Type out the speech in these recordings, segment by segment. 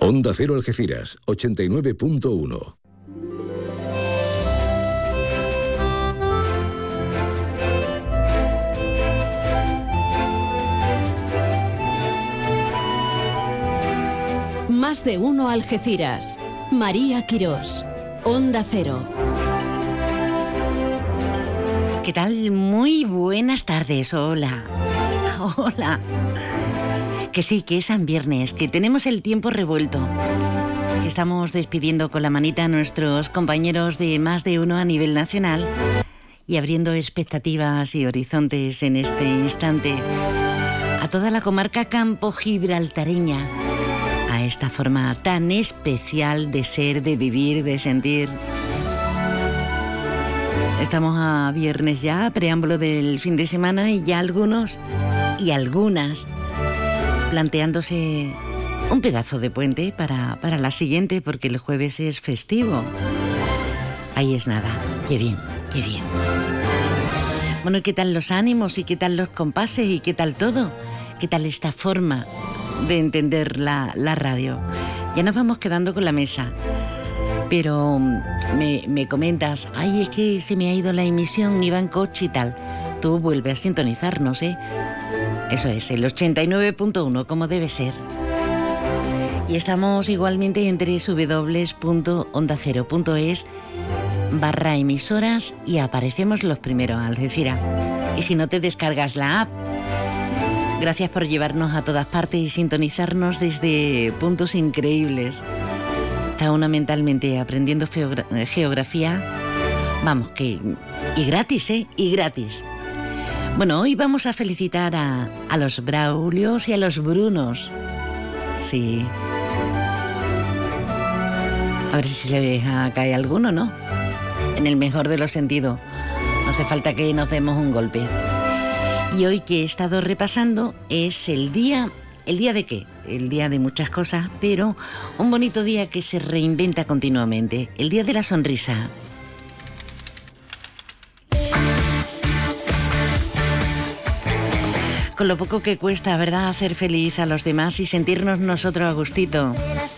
Onda Cero Algeciras, 89.1. Más de uno Algeciras. María Quirós, Onda Cero. ¿Qué tal? Muy buenas tardes. Hola. Hola. Que sí, que es San Viernes, que tenemos el tiempo revuelto. Que estamos despidiendo con la manita a nuestros compañeros de Más de Uno a nivel nacional y abriendo expectativas y horizontes en este instante a toda la comarca campo-gibraltareña, a esta forma tan especial de ser, de vivir, de sentir. Estamos a viernes ya, preámbulo del fin de semana, y ya algunos y algunas planteándose un pedazo de puente para la siguiente, porque el jueves es festivo. Ahí es nada. Qué bien, qué bien. Bueno, ¿y qué tal los ánimos? ¿Y qué tal los compases? ¿Y qué tal todo? ¿Qué tal esta forma de entender la radio? Ya nos vamos quedando con la mesa. Pero me comentas, ay, es que se me ha ido la emisión, iba en coche y tal. Tú vuelve a sintonizarnos, ¿eh? Eso es, el 89.1, como debe ser. Y estamos igualmente en www.ondacero.es/emisoras y aparecemos los primeros, Algeciras. Y si no te descargas la app, gracias por llevarnos a todas partes y sintonizarnos desde puntos increíbles. Está una mentalmente aprendiendo geografía. Vamos, que... Y gratis, ¿eh? Y gratis. Bueno, hoy vamos a felicitar a los Braulios y a los Brunos. Sí. A ver si se deja caer alguno, ¿no? En el mejor de los sentidos. No hace falta que nos demos un golpe. Y hoy que he estado repasando es el día... ¿El día de qué? El día de muchas cosas, pero un bonito día que se reinventa continuamente. El día de la sonrisa. Con lo poco que cuesta, ¿verdad?, hacer feliz a los demás y sentirnos nosotros a gustito.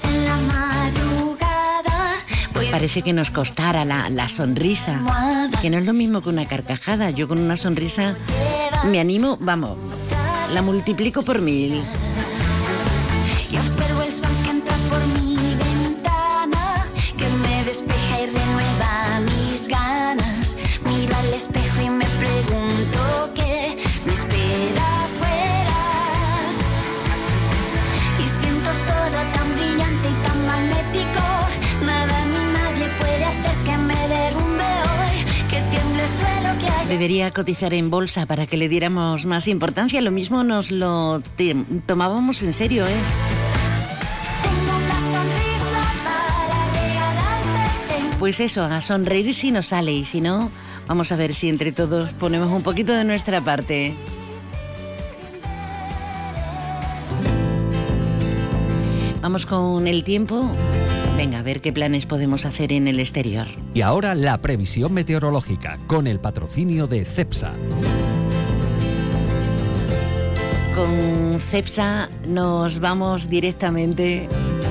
Parece que nos costara la sonrisa, que no es lo mismo que una carcajada. Yo con una sonrisa me animo, vamos, la multiplico por 1000. Y observo el sol que entra por mi ventana, que me despeja y renueva mis ganas. Miro al espejo y me pregunto qué me espera afuera. Y siento todo tan brillante y tan magnético. Nada ni nadie puede hacer que me derrumbe hoy, que tiemble el suelo que hay. Debería cotizar en bolsa para que le diéramos más importancia. Lo mismo nos lo tomábamos en serio, ¿eh? Pues eso, a sonreír si nos sale, y si no, vamos a ver si entre todos ponemos un poquito de nuestra parte. Vamos con el tiempo. Venga, a ver qué planes podemos hacer en el exterior. Y ahora la previsión meteorológica, con el patrocinio de Cepsa. Con Cepsa nos vamos directamente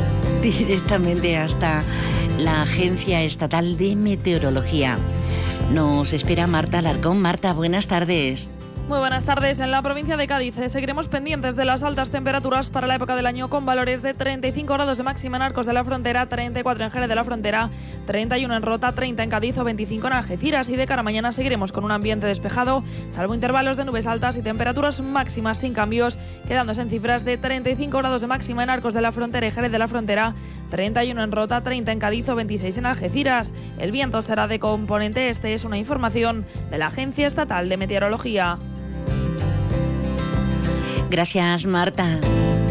hasta la Agencia Estatal de Meteorología. Nos espera Marta Alarcón. Marta, buenas tardes. Muy buenas tardes. En la provincia de Cádiz seguiremos pendientes de las altas temperaturas para la época del año, con valores de 35 grados de máxima en Arcos de la Frontera, 34 en Jerez de la Frontera, 31 en Rota, 30 en Cádiz o 25 en Algeciras. Y de cara a mañana seguiremos con un ambiente despejado, salvo intervalos de nubes altas, y temperaturas máximas sin cambios, quedándose en cifras de 35 grados de máxima en Arcos de la Frontera y Jerez de la Frontera, 31 en Rota, 30 en Cádiz o 26 en Algeciras. El viento será de componente este. Es una información de la Agencia Estatal de Meteorología. Gracias, Marta.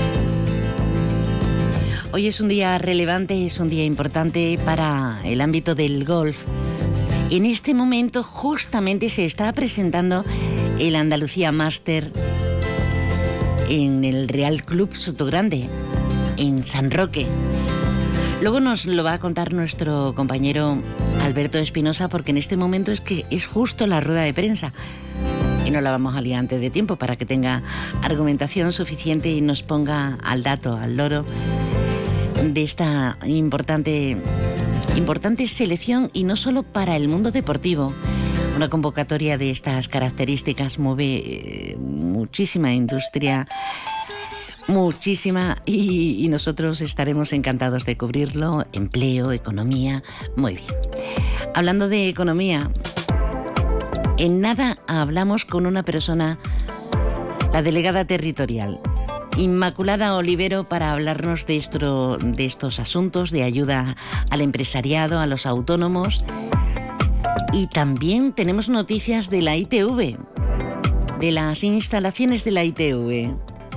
Hoy es un día relevante, es un día importante para el ámbito del golf. En este momento justamente se está presentando el Andalucía Master en el Real Club Sotogrande, en San Roque. Luego nos lo va a contar nuestro compañero Alberto Espinosa, porque en este momento es justo la rueda de prensa. Y no la vamos a liar antes de tiempo para que tenga argumentación suficiente y nos ponga al dato, al loro, de esta importante selección, y no solo para el mundo deportivo. Una convocatoria de estas características mueve muchísima industria, muchísima, y nosotros estaremos encantados de cubrirlo. Empleo, economía, muy bien. Hablando de economía, en nada hablamos con una persona, la delegada territorial, Inmaculada Olivero, para hablarnos de estos asuntos de ayuda al empresariado, a los autónomos. Y también tenemos noticias de la ITV, de las instalaciones de la ITV.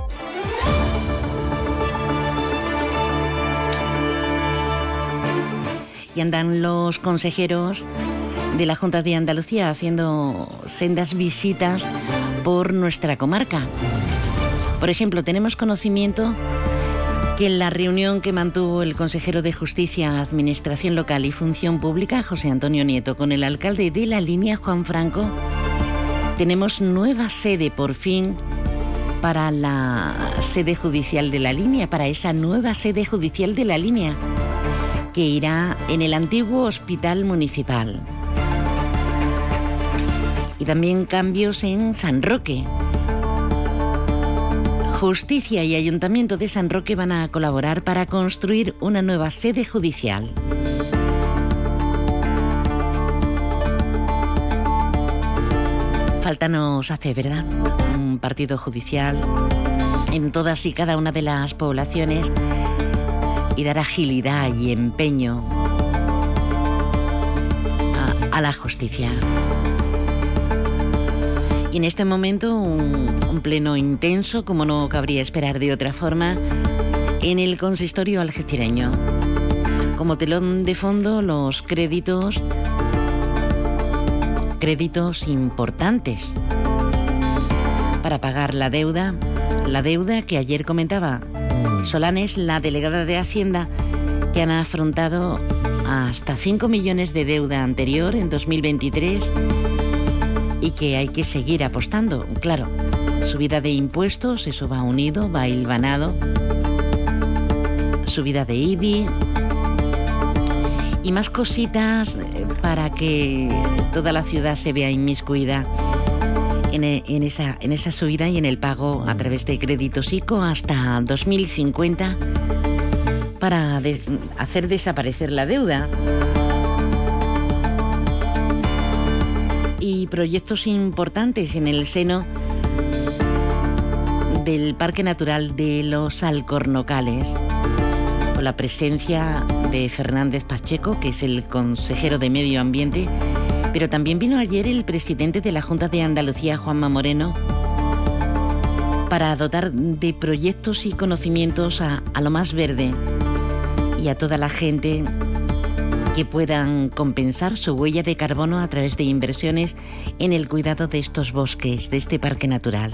Y andan los consejeros de la Junta de Andalucía haciendo sendas visitas por nuestra comarca. Por ejemplo, tenemos conocimiento que en la reunión que mantuvo el consejero de Justicia, Administración Local y Función Pública, José Antonio Nieto, con el alcalde de La Línea, Juan Franco, tenemos nueva sede por fin para la sede judicial de La Línea, para esa nueva sede judicial de La Línea, que irá en el antiguo hospital municipal. Y también cambios en San Roque. Justicia y Ayuntamiento de San Roque van a colaborar para construir una nueva sede judicial. Falta nos hace, ¿verdad? Un partido judicial en todas y cada una de las poblaciones y dar agilidad y empeño a la justicia. Y en este momento un pleno intenso, como no cabría esperar de otra forma, en el consistorio algecireño. Como telón de fondo, los créditos importantes para pagar la deuda que ayer comentaba Solanes, la delegada de Hacienda, que han afrontado hasta 5 millones de deuda anterior en 2023 y que hay que seguir apostando. Claro, subida de impuestos, eso va unido, va hilvanado, subida de IBI y más cositas para que toda la ciudad se vea inmiscuida en esa subida y en el pago a través de créditos ICO hasta 2050 para hacer desaparecer la deuda. Y proyectos importantes en el seno del Parque Natural de los Alcornocales, con la presencia de Fernández Pacheco, que es el consejero de Medio Ambiente, pero también vino ayer el presidente de la Junta de Andalucía, Juanma Moreno, para dotar de proyectos y conocimientos a lo más verde y a toda la gente que puedan compensar su huella de carbono a través de inversiones en el cuidado de estos bosques, de este parque natural.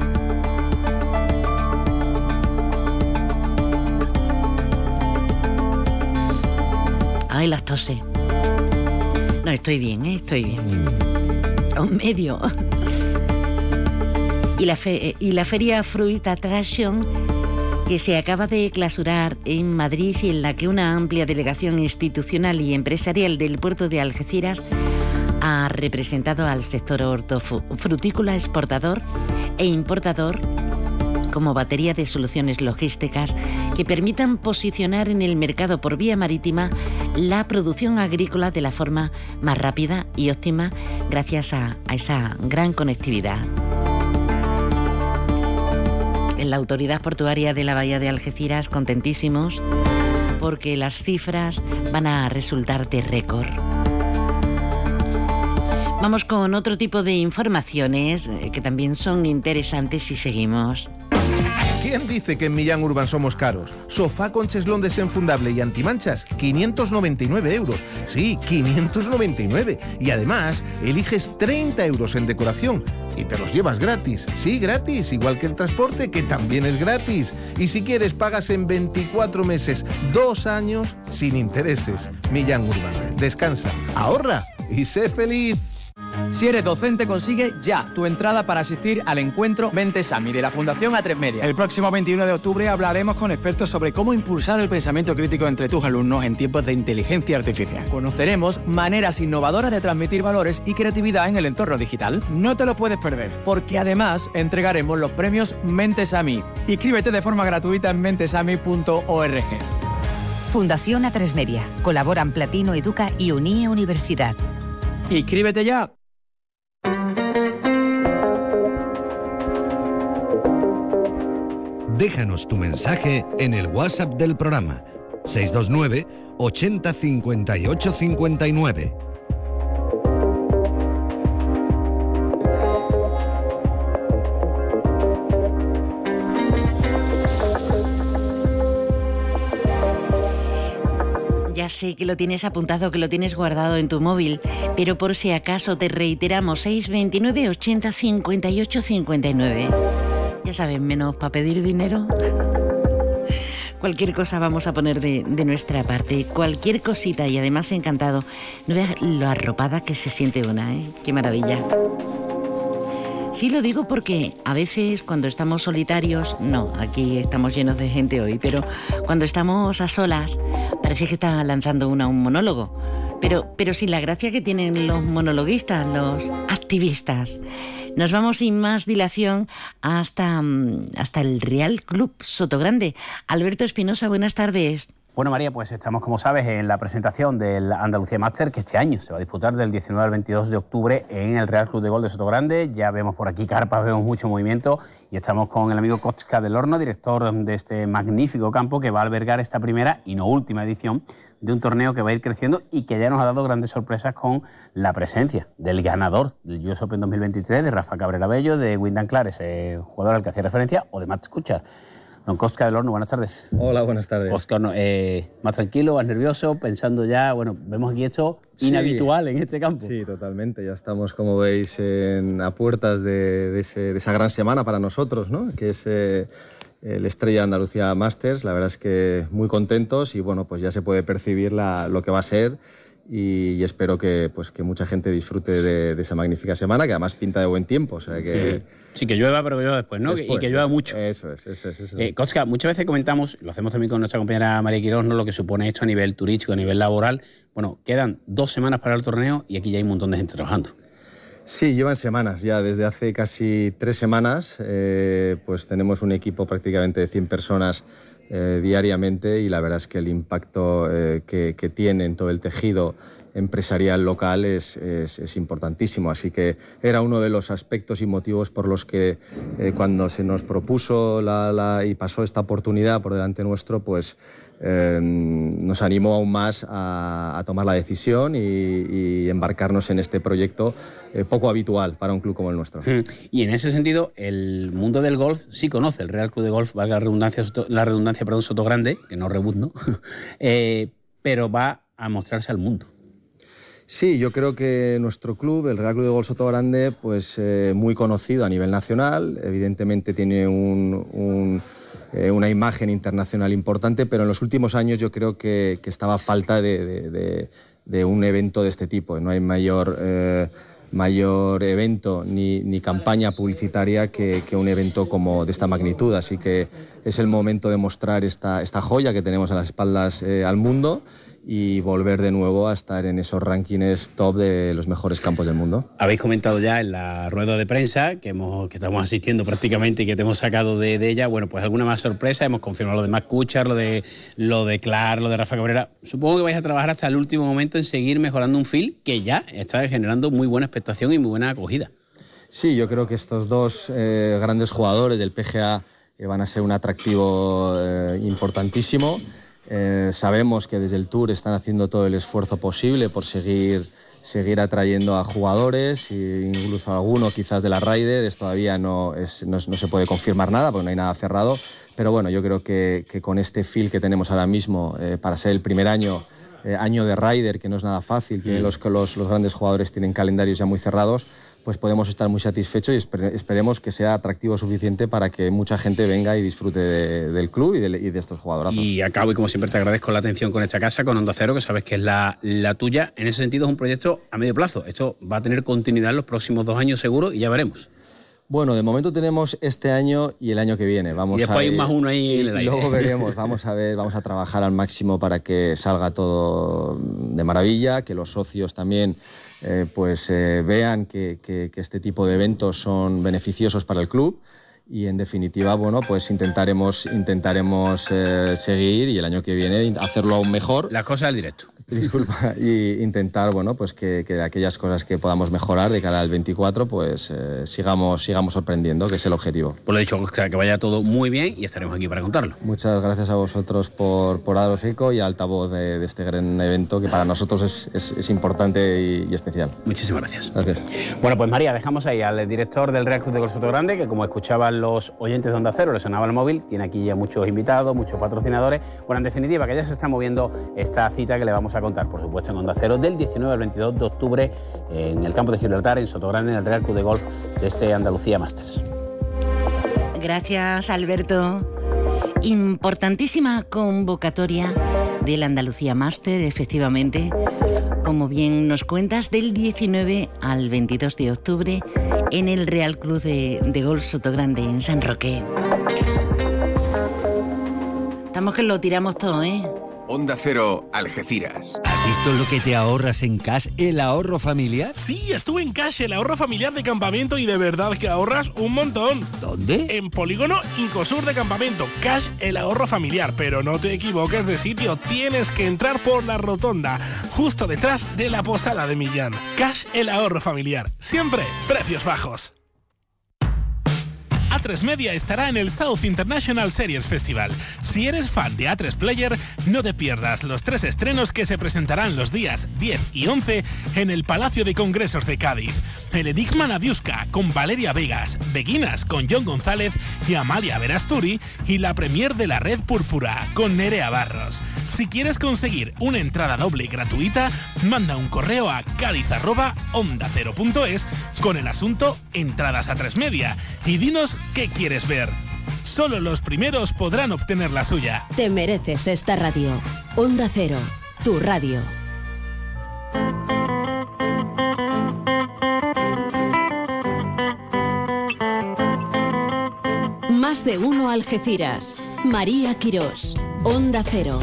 Ay, las toses. No, estoy bien, estoy bien. A un medio. Y la Feria Fruit Attraction, que se acaba de clausurar en Madrid y en la que una amplia delegación institucional y empresarial del puerto de Algeciras ha representado al sector hortofrutícola exportador e importador como batería de soluciones logísticas que permitan posicionar en el mercado por vía marítima la producción agrícola de la forma más rápida y óptima gracias a esa gran conectividad. En la Autoridad Portuaria de la Bahía de Algeciras, contentísimos porque las cifras van a resultar de récord. Vamos con otro tipo de informaciones que también son interesantes y seguimos. ¿Quién dice que en Millán Urban somos caros? Sofá con cheslón desenfundable y antimanchas, 599 euros. Sí, 599. Y además, eliges 30 euros en decoración y te los llevas gratis. Sí, gratis, igual que el transporte, que también es gratis. Y si quieres, pagas en 24 meses, 2 años, sin intereses. Millán Urban. Descansa, ahorra y sé feliz. Si eres docente, consigue ya tu entrada para asistir al encuentro Mentesami de la Fundación A3 Media. El próximo 21 de octubre hablaremos con expertos sobre cómo impulsar el pensamiento crítico entre tus alumnos en tiempos de inteligencia artificial. Conoceremos maneras innovadoras de transmitir valores y creatividad en el entorno digital. No te lo puedes perder, porque además entregaremos los premios Mentesami. Inscríbete de forma gratuita en mentesami.org. Fundación A3 Media. Colaboran Platino Educa y Unie Universidad. ¡Inscríbete ya! Déjanos tu mensaje en el WhatsApp del programa 629 80 58 59. Ya sé que lo tienes apuntado, que lo tienes guardado en tu móvil, pero por si acaso te reiteramos 629 80 58 59. Ya sabes, menos para pedir dinero. Cualquier cosa vamos a poner de nuestra parte, cualquier cosita, y además encantado. No veas lo arropada que se siente una, ¿eh? Qué maravilla. Sí, lo digo porque a veces cuando estamos solitarios, no, aquí estamos llenos de gente hoy, pero cuando estamos a solas parece que está lanzando un monólogo. Pero sin la gracia que tienen los monologuistas, los activistas. Nos vamos sin más dilación hasta el Real Club Sotogrande. Alberto Espinosa, buenas tardes. Bueno, María, pues estamos, como sabes, en la presentación del Andalucía Master, que este año se va a disputar del 19 al 22 de octubre en el Real Club de Golf de Sotogrande. Ya vemos por aquí carpas, vemos mucho movimiento y estamos con el amigo Kotzka del Horno, director de este magnífico campo que va a albergar esta primera y no última edición de un torneo que va a ir creciendo y que ya nos ha dado grandes sorpresas con la presencia del ganador del US Open 2023, de Rafa Cabrera Bello, de Wyndham Clark, ese jugador al que hacía referencia, o de Matt Kuchar. Don Kotzka del Horno, buenas tardes. Hola, buenas tardes. Kotzka, más tranquilo, más nervioso, pensando ya, bueno, vemos aquí esto inhabitual en este campo. Sí, totalmente. Ya estamos, como veis, a puertas de esa gran semana para nosotros, ¿no? Que es el Estrella Andalucía Masters. La verdad es que muy contentos y, bueno, pues ya se puede percibir lo que va a ser. Y espero que mucha gente disfrute de esa magnífica semana, que además pinta de buen tiempo. O sea que... Sí, que llueva, pero que llueva después, ¿no? Y que llueva mucho. Eso es. Kotzka, muchas veces comentamos, lo hacemos también con nuestra compañera María Quirós, ¿no?, lo que supone esto a nivel turístico, a nivel laboral. Bueno, quedan 2 semanas para el torneo y aquí ya hay un montón de gente trabajando. Sí, llevan semanas ya. Desde hace casi 3 semanas pues tenemos un equipo prácticamente de 100 personas diariamente, y la verdad es que el impacto que tiene en todo el tejido empresarial local es importantísimo. Así que era uno de los aspectos y motivos por los que cuando se nos propuso y pasó esta oportunidad por delante nuestro, pues nos animó aún más a tomar la decisión y embarcarnos en este proyecto poco habitual para un club como el nuestro. Y en ese sentido, el mundo del golf sí conoce el Real Club de Golf, valga la redundancia, Sotogrande, que no rebuzno, pero va a mostrarse al mundo. Sí, yo creo que nuestro club, el Real Club de Golf Sotogrande, pues muy conocido a nivel nacional, evidentemente tiene una imagen internacional importante, pero en los últimos años yo creo que estaba a falta de un evento de este tipo. No hay mayor evento ni campaña publicitaria que un evento como de esta magnitud, así que es el momento de mostrar esta joya que tenemos a las espaldas al mundo y volver de nuevo a estar en esos rankings top de los mejores campos del mundo. Habéis comentado ya en la rueda de prensa que estamos asistiendo prácticamente y que te hemos sacado de ella, bueno, pues alguna más sorpresa. Hemos confirmado lo de Matt Kuchar, lo de Clark, lo de Rafa Cabrera. Supongo que vais a trabajar hasta el último momento en seguir mejorando un feel que ya está generando muy buena expectación y muy buena acogida. Sí, yo creo que estos dos grandes jugadores del PGA van a ser un atractivo importantísimo. Sabemos que desde el Tour están haciendo todo el esfuerzo posible por seguir atrayendo a jugadores, e incluso alguno quizás de la Ryder. Todavía no se puede confirmar nada porque no hay nada cerrado, pero bueno, yo creo que con este feel que tenemos ahora mismo para ser el primer año de Ryder, que no es nada fácil, los grandes jugadores tienen calendarios ya muy cerrados, pues podemos estar muy satisfechos y esperemos que sea atractivo suficiente para que mucha gente venga y disfrute del club y de estos jugadorazos. Y acabo, y como siempre te agradezco la atención con esta casa, con Onda Cero, que sabes que es la tuya. En ese sentido es un proyecto a medio plazo. Esto va a tener continuidad en los próximos 2 años seguro y ya veremos. Bueno, de momento tenemos este año y el año que viene. Y después hay más uno ahí en el aire. Luego veremos, vamos a trabajar al máximo para que salga todo de maravilla, que los socios también vean que este tipo de eventos son beneficiosos para el club. Y en definitiva, bueno, pues intentaremos seguir y el año que viene hacerlo aún mejor. Las cosas del directo. Disculpa, y intentar, bueno, pues que aquellas cosas que podamos mejorar de cara al 24, pues sigamos sorprendiendo, que es el objetivo. Pues lo dicho, que vaya todo muy bien y estaremos aquí para contarlo. Muchas gracias a vosotros por daros eco y altavoz de este gran evento que para nosotros es importante y especial. Muchísimas gracias. Gracias. Bueno, pues María, dejamos ahí al director del Real Club de Golf Sotogrande, que como escuchaban los oyentes de Onda Cero, le sonaba el móvil, tiene aquí ya muchos invitados, muchos patrocinadores. Bueno, en definitiva, que ya se está moviendo esta cita que le vamos a contar, por supuesto, en Onda Cero, del 19 al 22 de octubre en el campo de Gibraltar, en Sotogrande, en el Real Club de Golf de este Andalucía Masters. Gracias, Alberto. Importantísima convocatoria del Andalucía Master, efectivamente, como bien nos cuentas, del 19 al 22 de octubre en el Real Club de Golf Sotogrande, en San Roque. Estamos que lo tiramos todo, ¿eh? Onda Cero, Algeciras. ¿Has visto lo que te ahorras en Cash, el ahorro familiar? Sí, estuve en Cash, el ahorro familiar de campamento, y de verdad que ahorras un montón. ¿Dónde? En Polígono Incosur de Campamento. Cash, el ahorro familiar. Pero no te equivoques de sitio, tienes que entrar por la rotonda, justo detrás de la posada de Millán. Cash, el ahorro familiar. Siempre precios bajos. A3 Media estará en el South International Series Festival. Si eres fan de A3 Player, no te pierdas los 3 estrenos que se presentarán los días 10 y 11 en el Palacio de Congresos de Cádiz. El Enigma Nadiuska con Valeria Vegas, Beguinas con John González y Amalia Verasturi, y la premier de La Red Púrpura con Nerea Barros. Si quieres conseguir una entrada doble y gratuita, manda un correo a cádiz@ondacero.es con el asunto Entradas A3 Media y dinos qué quieres ver. Solo los primeros podrán obtener la suya. Te mereces esta radio. Onda Cero, tu radio. Más de uno Algeciras. María Quirós, Onda Cero.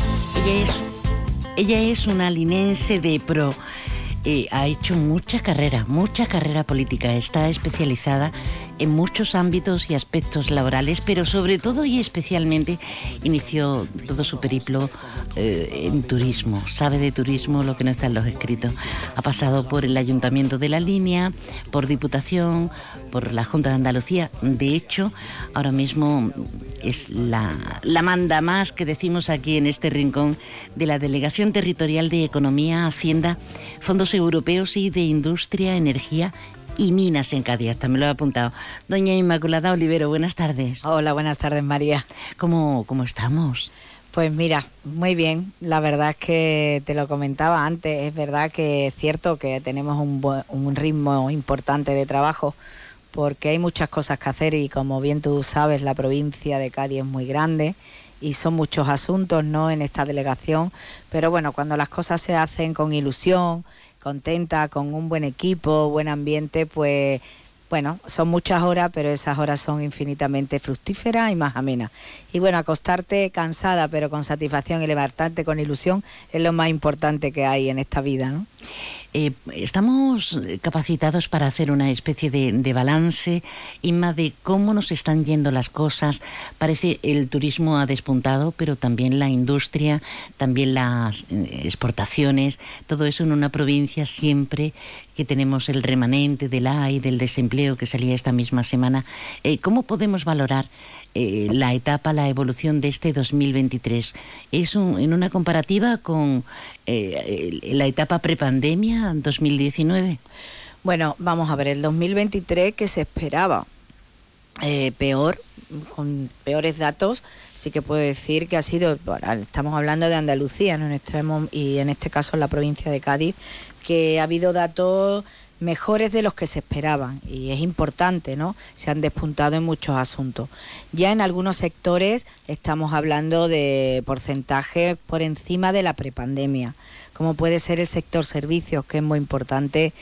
Ella es una linense de pro. Ha hecho mucha carrera política. Está especializada en muchos ámbitos y aspectos laborales, pero sobre todo y especialmente inició todo su periplo en turismo. Sabe de turismo lo que no está en los escritos. Ha pasado por el Ayuntamiento de La Línea, por Diputación, por la Junta de Andalucía. De hecho, ahora mismo es la manda más, que decimos aquí en este rincón, de la Delegación Territorial de Economía, Hacienda, Fondos Europeos y de Industria, Energía y Minas en Cádiz. Hasta me lo he apuntado. Doña Inmaculada Olivero, buenas tardes. Hola, buenas tardes, María. ¿Cómo estamos? Pues mira, muy bien. La verdad es que te lo comentaba antes. Es verdad que es cierto que tenemos un ritmo importante de trabajo, porque hay muchas cosas que hacer y, como bien tú sabes, la provincia de Cádiz es muy grande y son muchos asuntos, ¿no?, en esta delegación. Pero bueno, cuando las cosas se hacen con ilusión, contenta, con un buen equipo, buen ambiente, pues bueno, son muchas horas, pero esas horas son infinitamente fructíferas y más amenas. Y bueno, acostarte cansada pero con satisfacción y levantarte con ilusión es lo más importante que hay en esta vida, ¿no? Estamos capacitados para hacer una especie de balance, Inma, de cómo nos están yendo las cosas. Parece el turismo ha despuntado, pero también la industria, también las exportaciones, todo eso en una provincia siempre que tenemos el remanente del AI, del desempleo que salía esta misma semana. ¿Cómo podemos valorar la etapa, la evolución de este 2023? ¿Es en una comparativa con la etapa prepandemia, 2019? Bueno, vamos a ver, el 2023, que se esperaba peor, con peores datos, sí que puedo decir que ha sido, bueno, estamos hablando de Andalucía, ¿no?, en extremo, y en este caso en la provincia de Cádiz, que ha habido datos mejores de los que se esperaban, y es importante, ¿no? Se han despuntado en muchos asuntos. Ya en algunos sectores estamos hablando de porcentajes por encima de la prepandemia, como puede ser el sector servicios, que es muy importante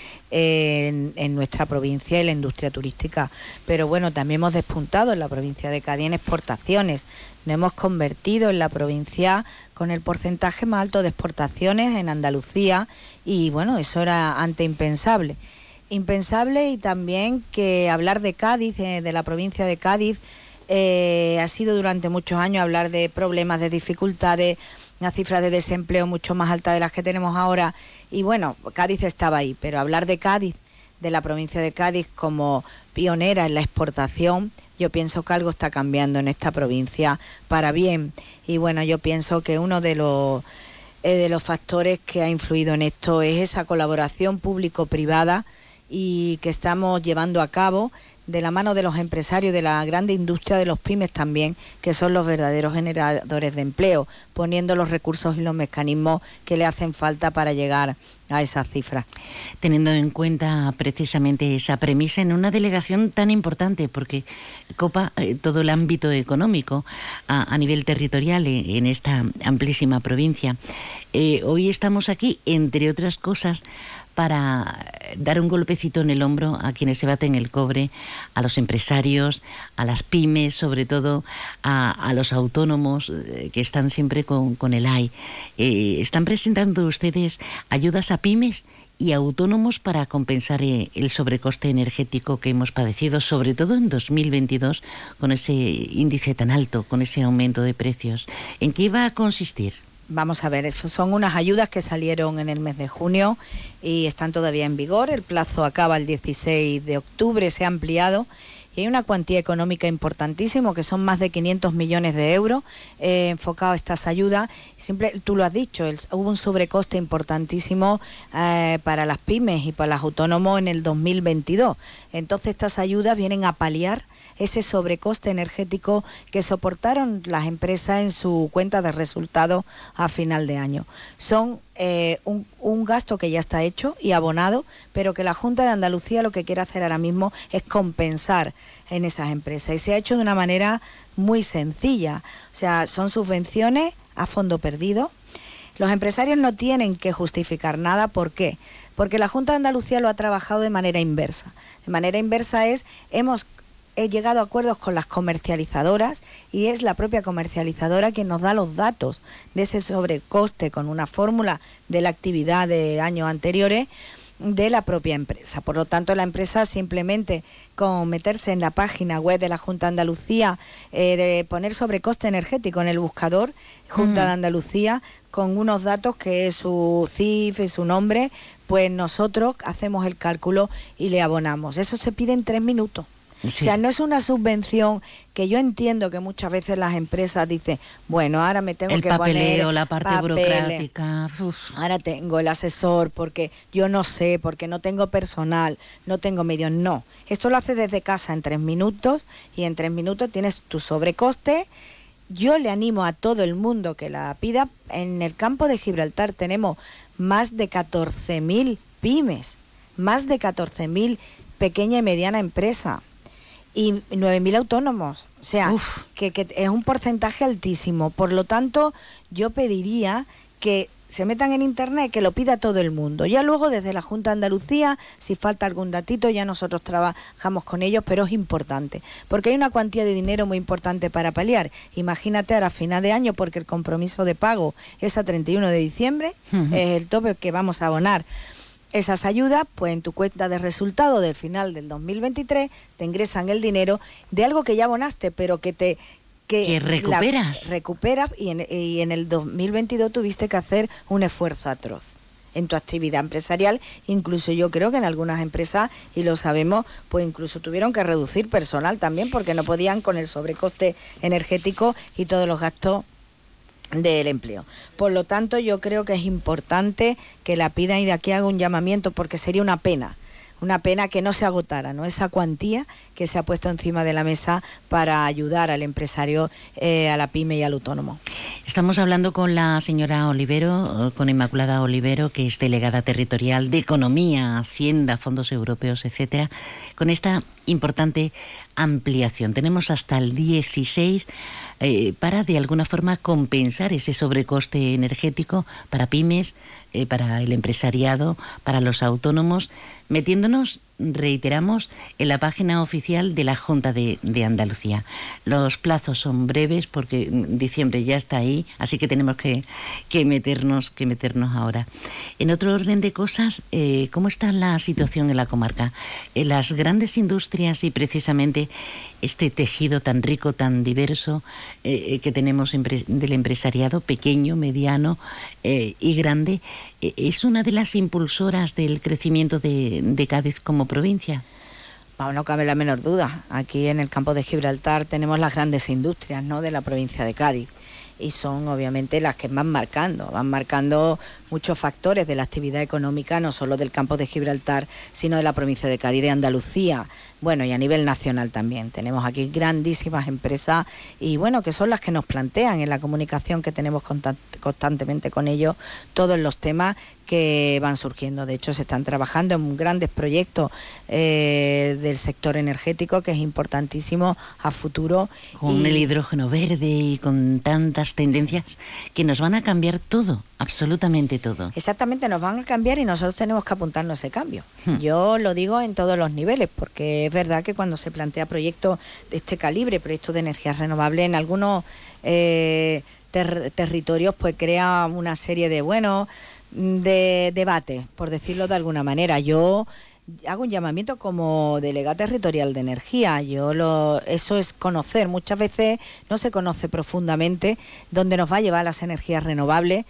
en nuestra provincia y la industria turística. Pero bueno, también hemos despuntado en la provincia de Cádiz en exportaciones. Nos hemos convertido en la provincia con el porcentaje más alto de exportaciones en Andalucía, y bueno, eso era antes impensable. Impensable, y también que hablar de Cádiz, de la provincia de Cádiz, ha sido durante muchos años hablar de problemas, de dificultades, una cifra de desempleo mucho más alta de las que tenemos ahora, y bueno, Cádiz estaba ahí, pero hablar de Cádiz, de la provincia de Cádiz como pionera en la exportación, yo pienso que algo está cambiando en esta provincia para bien, y bueno, yo pienso que uno de los factores que ha influido en esto es esa colaboración público-privada y que estamos llevando a cabo de la mano de los empresarios, de la grande industria, de los pymes también, que son los verdaderos generadores de empleo, poniendo los recursos y los mecanismos que le hacen falta para llegar a esas cifras. Teniendo en cuenta precisamente esa premisa en una delegación tan importante, porque copa todo el ámbito económico a nivel territorial en esta amplísima provincia. Hoy estamos aquí, entre otras cosas, para dar un golpecito en el hombro a quienes se baten el cobre, a los empresarios, a las pymes, sobre todo a los autónomos que están siempre con el AI. ¿Están presentando ustedes ayudas a pymes y autónomos para compensar el sobrecoste energético que hemos padecido, sobre todo en 2022, con ese índice tan alto, con ese aumento de precios? ¿En qué va a consistir? Vamos a ver, son unas ayudas que salieron en el mes de junio y están todavía en vigor. El plazo acaba el 16 de octubre, se ha ampliado, y hay una cuantía económica importantísima, que son más de 500 millones de euros enfocados a estas ayudas. Tú lo has dicho, hubo un sobrecoste importantísimo para las pymes y para los autónomos en el 2022. Entonces estas ayudas vienen a paliar ese sobrecoste energético que soportaron las empresas en su cuenta de resultados a final de año. Son un gasto que ya está hecho y abonado, pero que la Junta de Andalucía lo que quiere hacer ahora mismo es compensar en esas empresas. Y se ha hecho de una manera muy sencilla. O sea, son subvenciones a fondo perdido. Los empresarios no tienen que justificar nada. ¿Por qué? Porque la Junta de Andalucía lo ha trabajado de manera inversa. De manera inversa he llegado a acuerdos con las comercializadoras, y es la propia comercializadora quien nos da los datos de ese sobrecoste con una fórmula de la actividad de años anteriores de la propia empresa. Por lo tanto, la empresa simplemente con meterse en la página web de la Junta de Andalucía, de poner sobrecoste energético en el buscador Junta de Andalucía, con unos datos que es su CIF y su nombre, pues nosotros hacemos el cálculo y le abonamos. Eso se pide en 3 minutos. Sí. O sea, no es una subvención que yo entiendo que muchas veces las empresas dicen, bueno, ahora me tengo que poner... El papeleo, la parte burocrática... Ahora tengo el asesor porque yo no sé, porque no tengo personal, no tengo medios. No, esto lo haces desde casa en 3 minutos, y en 3 minutos tienes tu sobrecoste. Yo le animo a todo el mundo que la pida. En el campo de Gibraltar tenemos más de 14.000 pymes, más de 14.000 pequeña y mediana empresa, y 9.000 autónomos, o sea, que es un porcentaje altísimo. Por lo tanto, yo pediría que se metan en internet, que lo pida todo el mundo. Ya luego desde la Junta de Andalucía, si falta algún datito, ya nosotros trabajamos con ellos, pero es importante, porque hay una cuantía de dinero muy importante para paliar. Imagínate ahora a final de año, porque el compromiso de pago es a 31 de diciembre, es el tope que vamos a abonar. Esas ayudas, pues en tu cuenta de resultado del final del 2023 te ingresan el dinero de algo que ya abonaste, pero que recuperas, y en el 2022 tuviste que hacer un esfuerzo atroz en tu actividad empresarial. Incluso yo creo que en algunas empresas, y lo sabemos, pues incluso tuvieron que reducir personal también, porque no podían con el sobrecoste energético y todos los gastos del empleo. Por lo tanto, yo creo que es importante que la pidan, y de aquí hago un llamamiento, porque sería una pena una pena que no se agotara, ¿no?, esa cuantía que se ha puesto encima de la mesa para ayudar al empresario, a la pyme y al autónomo. Estamos hablando con la señora Olivero, con Inmaculada Olivero, que es delegada territorial de Economía, Hacienda, Fondos Europeos, etcétera, con esta importante ampliación. Tenemos hasta el 16 para de alguna forma compensar ese sobrecoste energético para pymes, para el empresariado, para los autónomos, metiéndonos, reiteramos, en la página oficial de la Junta de Andalucía. Los plazos son breves porque diciembre ya está ahí, así que tenemos que meternos ahora. En otro orden de cosas, ¿cómo está la situación en la comarca? Las grandes industrias y precisamente este tejido tan rico, tan diverso que tenemos del empresariado pequeño, mediano y grande, ¿es una de las impulsoras del crecimiento de Cádiz como provincia? No cabe la menor duda. Aquí en el campo de Gibraltar tenemos las grandes industrias, ¿no?, de la provincia de Cádiz. Y son obviamente las que van marcando muchos factores de la actividad económica, no solo del campo de Gibraltar, sino de la provincia de Cádiz, de Andalucía, bueno, y a nivel nacional también. Tenemos aquí grandísimas empresas y bueno, que son las que nos plantean en la comunicación que tenemos constantemente con ellos todos los temas que van surgiendo. De hecho, se están trabajando en grandes proyectos del sector energético, que es importantísimo a futuro. Con el hidrógeno verde y con tantas tendencias que nos van a cambiar todo, absolutamente todo. Exactamente, nos van a cambiar y nosotros tenemos que apuntarnos a ese cambio. Yo lo digo en todos los niveles, porque es verdad que cuando se plantea proyectos de este calibre, proyectos de energías renovables, en algunos territorios pues crea una serie de debate, por decirlo de alguna manera. Yo hago un llamamiento como delegada territorial de energía. Eso es conocer. Muchas veces no se conoce profundamente dónde nos va a llevar las energías renovables,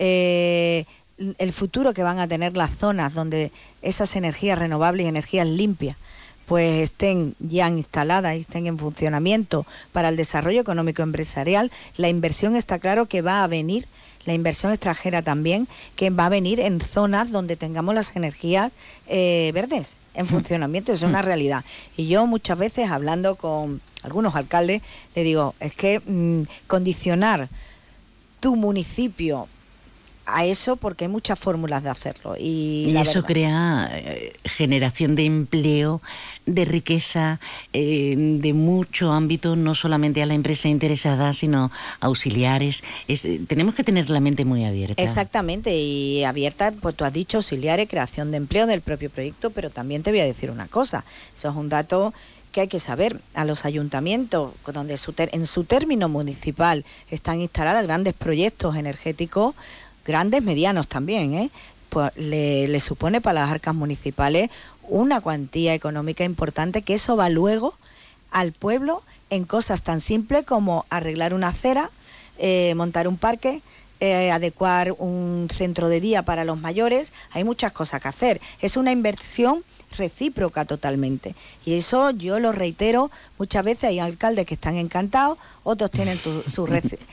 el futuro que van a tener las zonas donde esas energías renovables y energías limpias pues estén ya instaladas y estén en funcionamiento para el desarrollo económico empresarial. La inversión está claro que va a venir, la inversión extranjera también, que va a venir en zonas donde tengamos las energías verdes en funcionamiento. Eso es una realidad. Y yo muchas veces, hablando con algunos alcaldes, le digo, es que condicionar tu municipio a eso, porque hay muchas fórmulas de hacerlo. Y eso crea generación de empleo, de riqueza, de mucho ámbito, no solamente a la empresa interesada, sino auxiliares. Tenemos que tener la mente muy abierta. Exactamente, y abierta, pues tú has dicho auxiliares, creación de empleo del propio proyecto, pero también te voy a decir una cosa, eso es un dato que hay que saber. A los ayuntamientos, donde en su término municipal están instalados grandes proyectos energéticos, grandes, medianos también, pues le supone para las arcas municipales una cuantía económica importante, que eso va luego al pueblo en cosas tan simples como arreglar una acera, montar un parque, adecuar un centro de día para los mayores. Hay muchas cosas que hacer. Es una inversión recíproca totalmente. Y eso yo lo reitero muchas veces. Hay alcaldes que están encantados, otros tienen su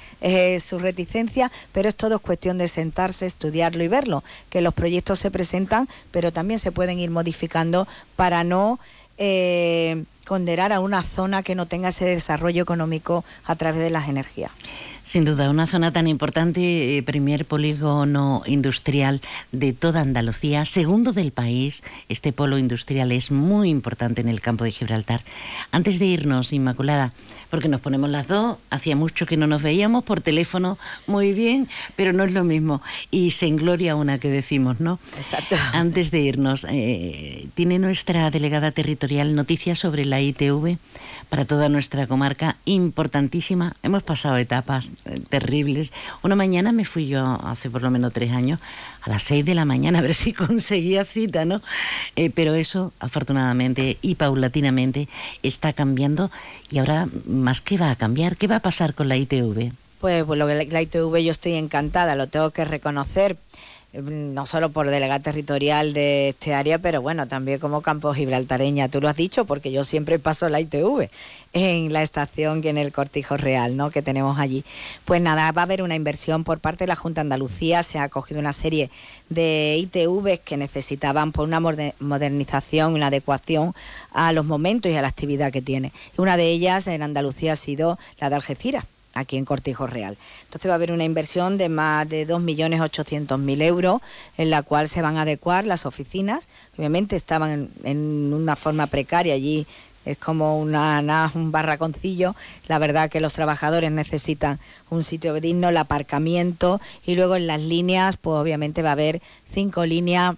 reticencia, pero es todo cuestión de sentarse, estudiarlo y verlo. Que los proyectos se presentan, pero también se pueden ir modificando para no condenar a una zona que no tenga ese desarrollo económico a través de las energías. Sin duda, una zona tan importante, primer polígono industrial de toda Andalucía, segundo del país. Este polo industrial es muy importante en el campo de Gibraltar. Antes de irnos, Inmaculada, porque nos ponemos las dos, hacía mucho que no nos veíamos por teléfono, muy bien, pero no es lo mismo. Y se engloria una que decimos, ¿no? Exacto. Antes de irnos, ¿tiene nuestra delegada territorial noticias sobre la ITV? Para toda nuestra comarca, importantísima. Hemos pasado etapas terribles. Una mañana me fui yo, hace por lo menos 3 años, a las 6 de la mañana, a ver si conseguía cita, ¿no? Pero eso, afortunadamente y paulatinamente, está cambiando. Y ahora, más que va a cambiar, ¿qué va a pasar con la ITV? Pues lo que la ITV, yo estoy encantada, lo tengo que reconocer. no solo por delegada territorial de este área, pero bueno, también como campo gibraltareña, tú lo has dicho, porque yo siempre paso la ITV en la estación y en el Cortijo Real, ¿no?, que tenemos allí. Pues nada, va a haber una inversión por parte de la Junta de Andalucía, se ha acogido una serie de ITVs que necesitaban por una modernización, una adecuación a los momentos y a la actividad que tiene. Y una de ellas en Andalucía ha sido la de Algeciras, aquí en Cortijo Real. Entonces va a haber una inversión de más de 2.800.000 euros, en la cual se van a adecuar las oficinas, que obviamente estaban en una forma precaria allí. Es como un barraconcillo. La verdad que los trabajadores necesitan un sitio digno, el aparcamiento, y luego en las líneas, pues obviamente va a haber 5 líneas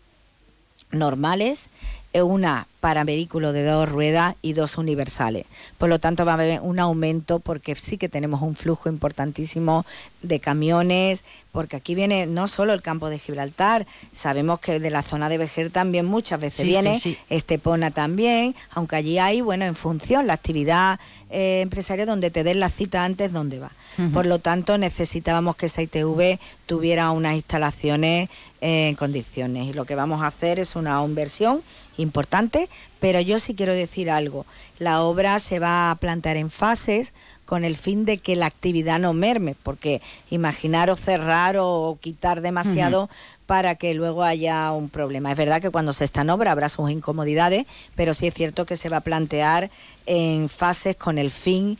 normales, una para vehículos de 2 ruedas y 2 universales. Por lo tanto va a haber un aumento, porque sí que tenemos un flujo importantísimo de camiones, porque aquí viene no solo el campo de Gibraltar, sabemos que de la zona de Vejer también muchas veces viene, Estepona también, aunque allí hay, bueno, en función la actividad empresarial donde te den la cita antes, dónde va. Por lo tanto necesitábamos que esa ITV tuviera unas instalaciones en condiciones, y lo que vamos a hacer es una inversión importante, pero yo sí quiero decir algo. La obra se va a plantear en fases con el fin de que la actividad no merme, porque imaginaros cerrar o quitar demasiado para que luego haya un problema. Es verdad que cuando se está en obra habrá sus incomodidades, pero sí es cierto que se va a plantear en fases con el fin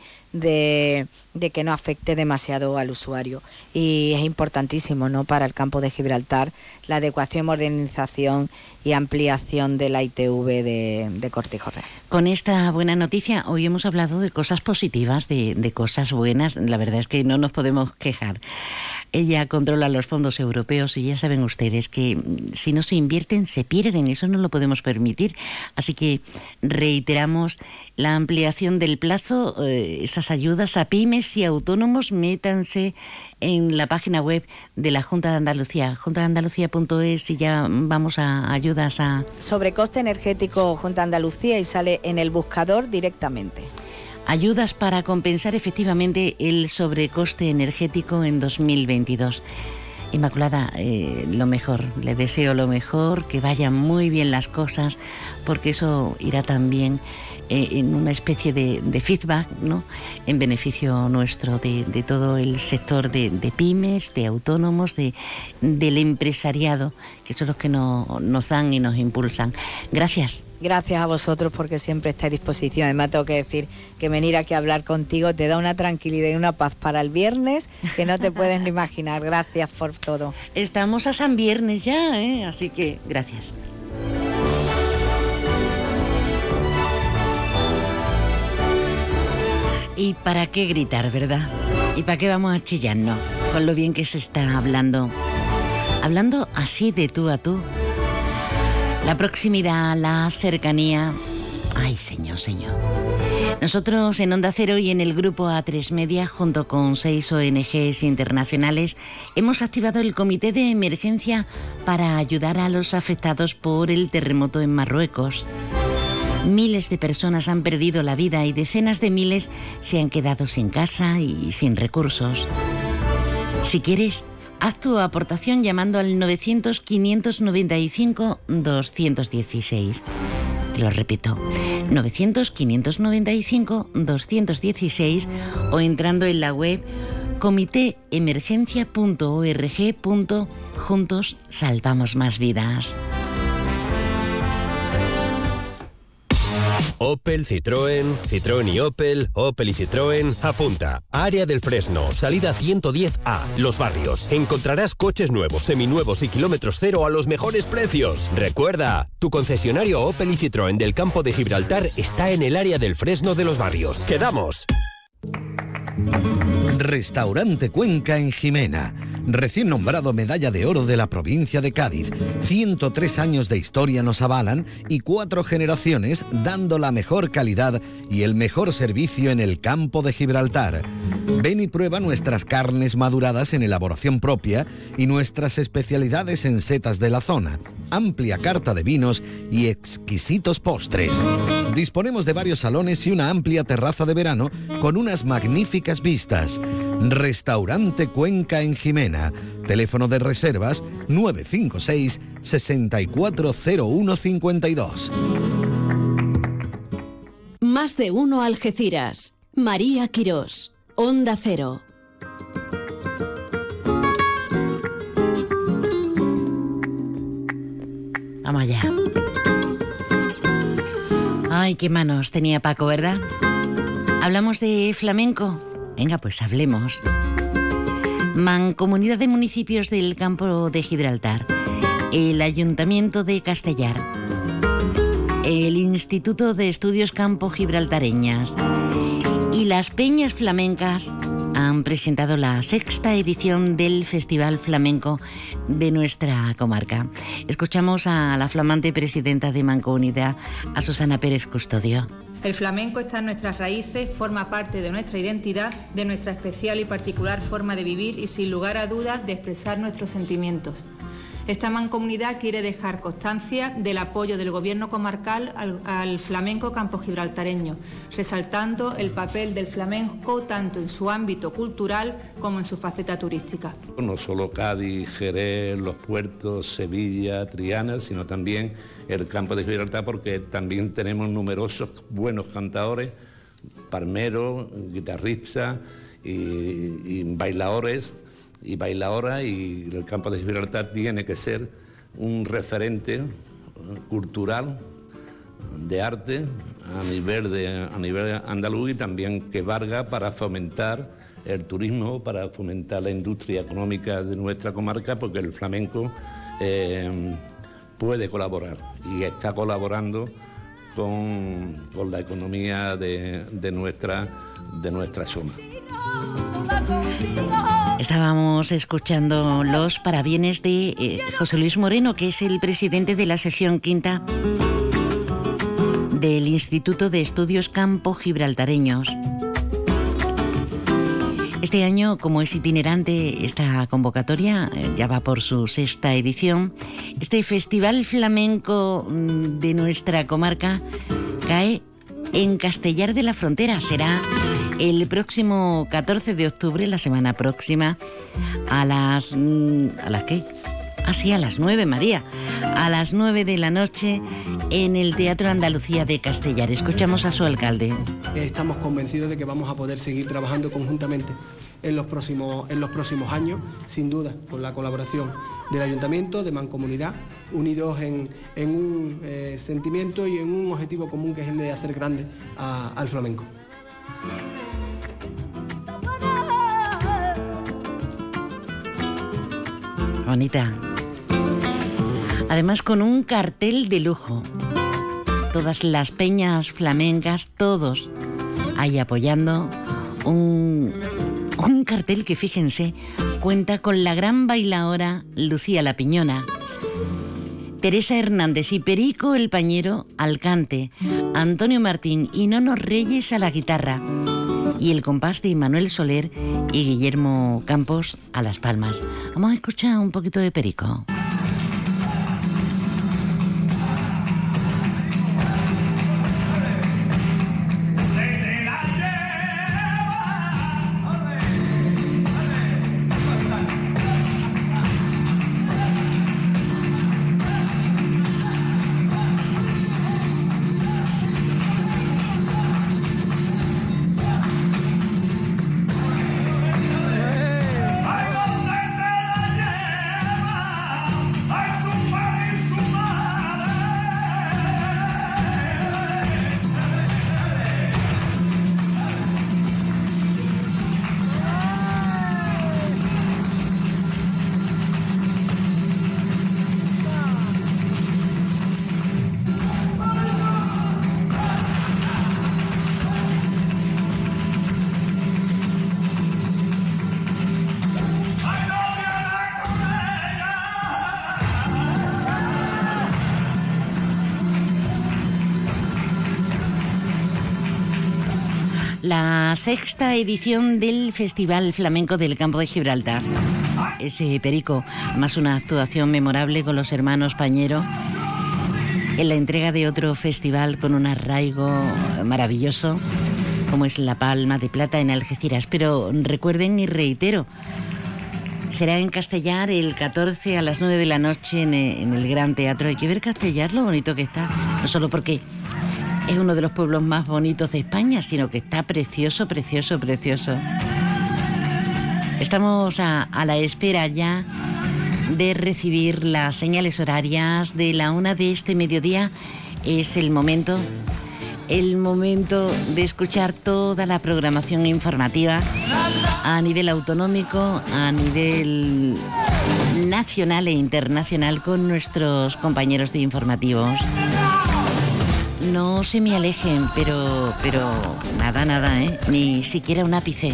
de que no afecte demasiado al usuario. Y es importantísimo, ¿no?, para el campo de Gibraltar la adecuación, modernización y ampliación de la ITV de Cortijo Real. Con esta buena noticia, hoy hemos hablado de cosas positivas, de cosas buenas. La verdad es que no nos podemos quejar. Ella controla los fondos europeos y ya saben ustedes que si no se invierten se pierden, eso no lo podemos permitir. Así que reiteramos la ampliación del plazo, esas ayudas a pymes y autónomos, métanse en la página web de la Junta de Andalucía, juntadeandalucía.es, y ya vamos a ayudas a... Sobrecoste energético Junta de Andalucía, y sale en el buscador directamente. Ayudas para compensar efectivamente el sobrecoste energético en 2022. Inmaculada, lo mejor, le deseo lo mejor, que vayan muy bien las cosas, porque eso irá también en una especie de feedback, ¿no?, en beneficio nuestro, de todo el sector de pymes, de autónomos, del empresariado, que son los que nos dan y nos impulsan. Gracias. Gracias a vosotros, porque siempre está a disposición. Además tengo que decir que venir aquí a hablar contigo te da una tranquilidad y una paz para el viernes que no te puedes ni imaginar. Gracias por todo. Estamos a San Viernes ya, así que gracias. ¿Y para qué gritar, verdad? ¿Y para qué vamos a chillarnos con lo bien que se está hablando? Hablando así de tú a tú. La proximidad, la cercanía. Ay, señor. Nosotros en Onda Cero y en el grupo A3 Media, junto con 6 ONGs internacionales, hemos activado el Comité de Emergencia para ayudar a los afectados por el terremoto en Marruecos. Miles de personas han perdido la vida y decenas de miles se han quedado sin casa y sin recursos. Si quieres, haz tu aportación llamando al 900-595-216. Te lo repito, 900-595-216, o entrando en la web comitéemergencia.org. Juntos salvamos más vidas. Opel, Citroën y Opel y Citroën. Apunta. Área del Fresno, salida 110A, Los Barrios. Encontrarás coches nuevos, seminuevos y kilómetros cero a los mejores precios. Recuerda, tu concesionario Opel y Citroën del campo de Gibraltar está en el área del Fresno de Los Barrios. ¡Quedamos! Restaurante Cuenca en Jimena. Recién nombrado Medalla de Oro de la provincia de Cádiz. 103 años de historia nos avalan y 4 generaciones dando la mejor calidad y el mejor servicio en el campo de Gibraltar. Ven y prueba nuestras carnes maduradas en elaboración propia y nuestras especialidades en setas de la zona. Amplia carta de vinos y exquisitos postres. Disponemos de varios salones y una amplia terraza de verano con unas magníficas vistas. Restaurante Cuenca en Jimena. Teléfono de reservas 956 640152. Más de uno Algeciras. María Quirós. Onda Cero. Vamos allá. Ay, qué manos tenía Paco, ¿verdad? ¿Hablamos de flamenco? Venga, pues hablemos. Mancomunidad de Municipios del Campo de Gibraltar, el Ayuntamiento de Castellar, el Instituto de Estudios Campo Gibraltareñas y las Peñas Flamencas han presentado la 6ª edición del Festival Flamenco de nuestra comarca. Escuchamos a la flamante presidenta de Mancomunidad, a Susana Pérez Custodio. El flamenco está en nuestras raíces, forma parte de nuestra identidad, de nuestra especial y particular forma de vivir y, sin lugar a dudas, de expresar nuestros sentimientos. Esta mancomunidad quiere dejar constancia del apoyo del Gobierno comarcal al flamenco campogibraltareño, resaltando el papel del flamenco tanto en su ámbito cultural como en su faceta turística. No solo Cádiz, Jerez, los puertos, Sevilla, Triana, sino también el campo de Gibraltar, porque también tenemos numerosos buenos cantadores, palmeros, guitarristas y bailadores y bailadoras, y el campo de Gibraltar tiene que ser un referente cultural de arte a nivel andaluz, y también que valga para fomentar el turismo, para fomentar la industria económica de nuestra comarca, porque el flamenco puede colaborar y está colaborando con la economía de nuestra zona. Estábamos escuchando los parabienes de José Luis Moreno, que es el presidente de la sección quinta del Instituto de Estudios Campo Gibraltareños. Este año, como es itinerante esta convocatoria, ya va por su 6ª edición, este Festival Flamenco de nuestra comarca cae en Castellar de la Frontera. Será el próximo 14 de octubre, la semana próxima, a las... ¿a las qué? Ah, sí, a las 9, María. A las 9 de la noche en el Teatro Andalucía de Castellar. Escuchamos a su alcalde. Estamos convencidos de que vamos a poder seguir trabajando conjuntamente en los próximos años, sin duda, con la colaboración del Ayuntamiento, de Mancomunidad, unidos en un sentimiento y en un objetivo común, que es el de hacer grande al flamenco. Bonita. Además, con un cartel de lujo. Todas las peñas flamencas, todos ahí apoyando un cartel que, fíjense, cuenta con la gran bailaora Lucía La Piñona, Teresa Hernández y Perico el Pañero al cante, Antonio Martín y Nono Reyes a la guitarra, y el compás de Manuel Soler y Guillermo Campos a las palmas. Vamos a escuchar un poquito de Perico. La 6ª edición del Festival Flamenco del Campo de Gibraltar. Ese Perico, más una actuación memorable con los hermanos Pañero en la entrega de otro festival con un arraigo maravilloso, como es la Palma de Plata en Algeciras. Pero recuerden y reitero, será en Castellar el 14 a las 9 de la noche en el Gran Teatro. Hay que ver Castellar, lo bonito que está, no solo porque es uno de los pueblos más bonitos de España, sino que está precioso, precioso, precioso. Estamos a la espera ya de recibir las señales horarias de la 1 de este mediodía. Es el momento de escuchar toda la programación informativa a nivel autonómico, a nivel nacional e internacional con nuestros compañeros de informativos. No se me alejen, pero nada, ni siquiera un ápice.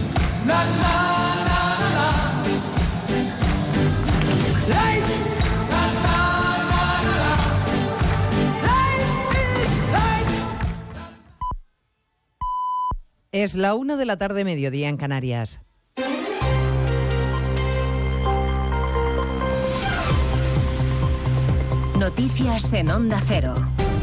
Es la 1 de la tarde, mediodía en Canarias. Noticias en Onda Cero.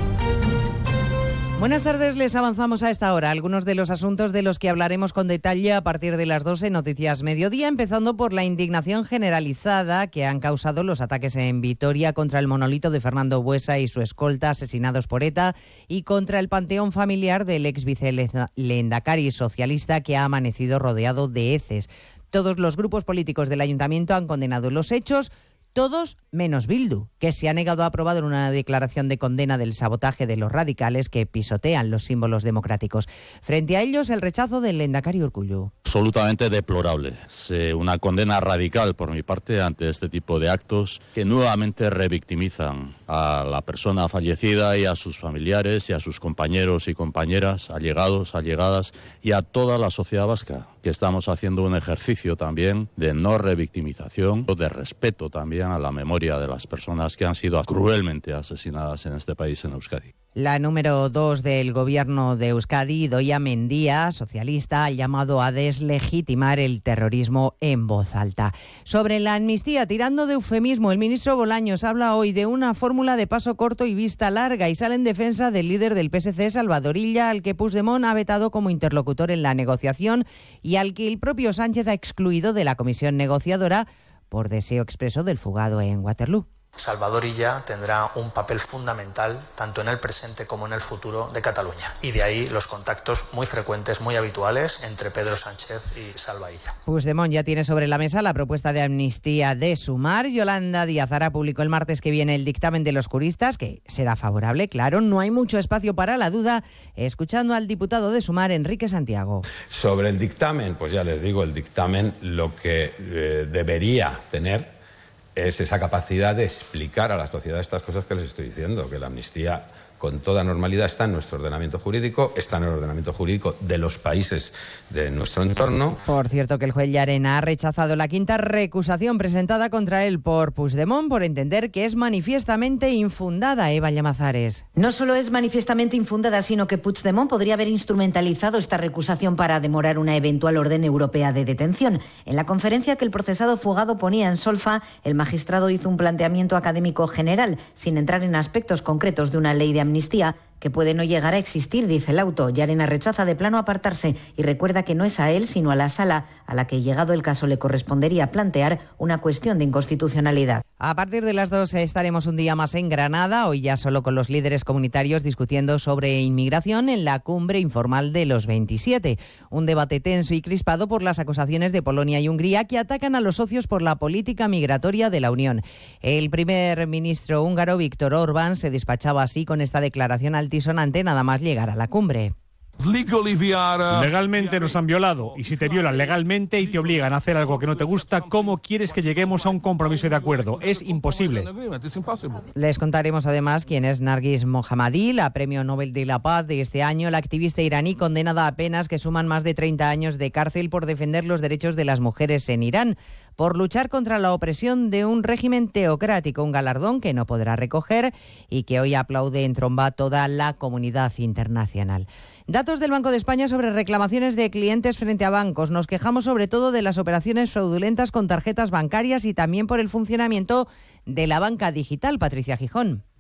Buenas tardes, les avanzamos a esta hora algunos de los asuntos de los que hablaremos con detalle a partir de las 12 en Noticias Mediodía, empezando por la indignación generalizada que han causado los ataques en Vitoria contra el monolito de Fernando Buesa y su escolta asesinados por ETA y contra el panteón familiar del ex vicelehendakari socialista que ha amanecido rodeado de heces. Todos los grupos políticos del Ayuntamiento han condenado los hechos, todos menos Bildu, que se ha negado a aprobar una declaración de condena del sabotaje de los radicales que pisotean los símbolos democráticos. Frente a ellos, el rechazo del lehendakari Urkullu. Absolutamente deplorable. Una condena radical por mi parte ante este tipo de actos que nuevamente revictimizan a la persona fallecida y a sus familiares y a sus compañeros y compañeras, allegados, allegadas y a toda la sociedad vasca, que estamos haciendo un ejercicio también de no revictimización, de respeto también a la memoria de las personas que han sido cruelmente asesinadas en este país, en Euskadi. La número 2 del gobierno de Euskadi, Idoia Mendia, socialista, ha llamado a deslegitimar el terrorismo en voz alta. Sobre la amnistía, tirando de eufemismo, el ministro Bolaños habla hoy de una fórmula de paso corto y vista larga y sale en defensa del líder del PSC, Salvador Illa, al que Puigdemont ha vetado como interlocutor en la negociación y al que el propio Sánchez ha excluido de la comisión negociadora por deseo expreso del fugado en Waterloo. Salvador Illa tendrá un papel fundamental tanto en el presente como en el futuro de Cataluña. Y de ahí los contactos muy frecuentes, muy habituales entre Pedro Sánchez y Salva Illa. Puigdemont ya tiene sobre la mesa la propuesta de amnistía de Sumar. Yolanda Díaz Ara publicó el martes que viene el dictamen de los juristas, que será favorable, claro. No hay mucho espacio para la duda. Escuchando al diputado de Sumar, Enrique Santiago. Sobre el dictamen, pues ya les digo, el dictamen lo que debería tener es esa capacidad de explicar a la sociedad estas cosas que les estoy diciendo, que la amnistía con toda normalidad está en nuestro ordenamiento jurídico, está en el ordenamiento jurídico de los países de nuestro entorno. Por cierto, que el juez Llarena ha rechazado la quinta recusación presentada contra él por Puigdemont por entender que es manifiestamente infundada. Eva Llamazares. No solo es manifiestamente infundada, sino que Puigdemont podría haber instrumentalizado esta recusación para demorar una eventual orden europea de detención. En la conferencia que el procesado fugado ponía en solfa, el magistrado hizo un planteamiento académico general, sin entrar en aspectos concretos de una ley de amnistía que puede no llegar a existir, dice el auto. Llarena rechaza de plano apartarse y recuerda que no es a él, sino a la sala, a la que, llegado el caso, le correspondería plantear una cuestión de inconstitucionalidad. A partir de las 2 estaremos un día más en Granada, hoy ya solo con los líderes comunitarios discutiendo sobre inmigración en la cumbre informal de los 27. Un debate tenso y crispado por las acusaciones de Polonia y Hungría que atacan a los socios por la política migratoria de la Unión. El primer ministro húngaro, Viktor Orbán, se despachaba así con esta declaración altisonante nada más llegar a la cumbre. Legalmente nos han violado, y si te violan legalmente y te obligan a hacer algo que no te gusta, ¿cómo quieres que lleguemos a un compromiso de acuerdo? Es imposible. Les contaremos además quién es Nargis Mohammadi, la Premio Nobel de la Paz de este año, la activista iraní condenada a penas que suman más de 30 años de cárcel por defender los derechos de las mujeres en Irán, por luchar contra la opresión de un régimen teocrático, un galardón que no podrá recoger y que hoy aplaude en tromba toda la comunidad internacional. Datos del Banco de España sobre reclamaciones de clientes frente a bancos. Nos quejamos sobre todo de las operaciones fraudulentas con tarjetas bancarias y también por el funcionamiento de la banca digital. Patricia Gijón.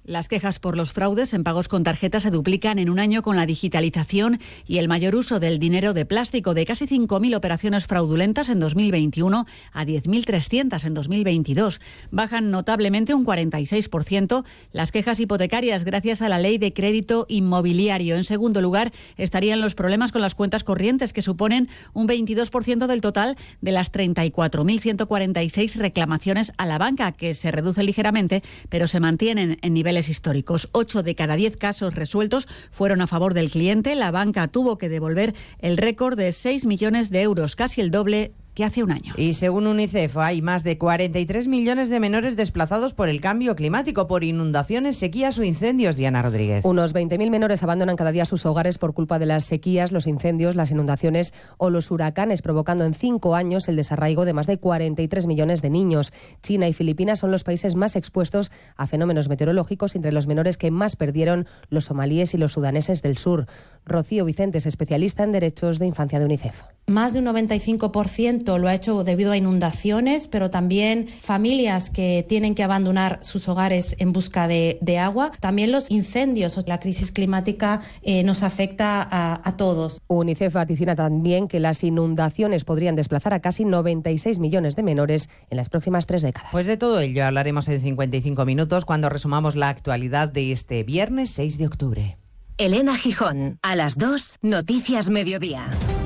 Las quejas por los fraudes en pagos con tarjeta se duplican en un año con la digitalización y el mayor uso del dinero de plástico, de casi 5.000 operaciones fraudulentas en 2021 a 10.300 en 2022. Bajan notablemente un 46% las quejas hipotecarias gracias a la ley de crédito inmobiliario. En segundo lugar estarían los problemas con las cuentas corrientes, que suponen un 22% del total de las 34.146 reclamaciones a la banca, que se reduce ligeramente, pero se mantienen en niveles históricos. 8 de cada 10 casos resueltos fueron a favor del cliente. La banca tuvo que devolver el récord de 6 millones de euros, casi el doble que hace un año. Y según UNICEF, hay más de 43 millones de menores desplazados por el cambio climático, por inundaciones, sequías o incendios. Diana Rodríguez. Unos 20.000 menores abandonan cada día sus hogares por culpa de las sequías, los incendios, las inundaciones o los huracanes, provocando en 5 años el desarraigo de más de 43 millones de niños. China y Filipinas son los países más expuestos a fenómenos meteorológicos. Entre los menores que más perdieron, los somalíes y los sudaneses del sur. Rocío Vicente es especialista en derechos de infancia de UNICEF. Más de un 95% lo ha hecho debido a inundaciones, pero también familias que tienen que abandonar sus hogares en busca de agua. También los incendios o la crisis climática nos afecta a todos. UNICEF vaticina también que las inundaciones podrían desplazar a casi 96 millones de menores en las próximas 3 décadas. Pues de todo ello hablaremos en 55 minutos cuando resumamos la actualidad de este viernes 6 de octubre. Elena Gijón, a las 2, Noticias Mediodía.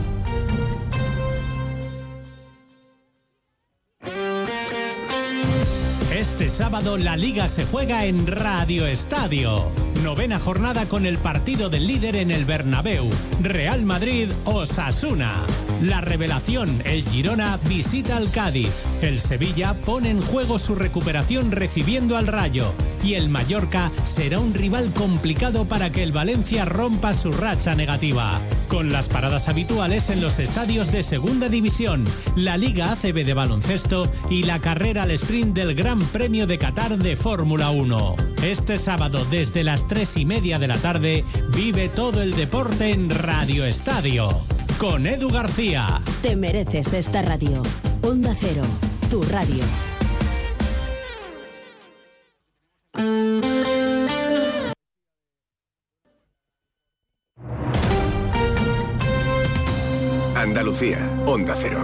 Este sábado la Liga se juega en Radio Estadio. 9ª jornada con el partido del líder en el Bernabéu. Real Madrid-Osasuna. La revelación, el Girona visita al Cádiz. El Sevilla pone en juego su recuperación recibiendo al Rayo. Y el Mallorca será un rival complicado para que el Valencia rompa su racha negativa. Con las paradas habituales en los estadios de Segunda División, la Liga ACB de baloncesto y la carrera al sprint del Gran Premio de Qatar de Fórmula 1. Este sábado desde las 3:30 de la tarde vive todo el deporte en Radio Estadio. Con Edu García. Te mereces esta radio. Onda Cero, tu radio. Andalucía, Onda Cero.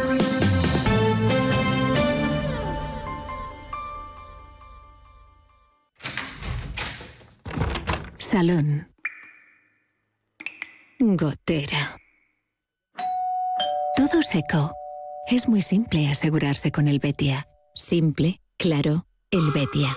Salón. Gotera. Todo seco. Es muy simple asegurarse con el Betia. Simple, claro, el Betia.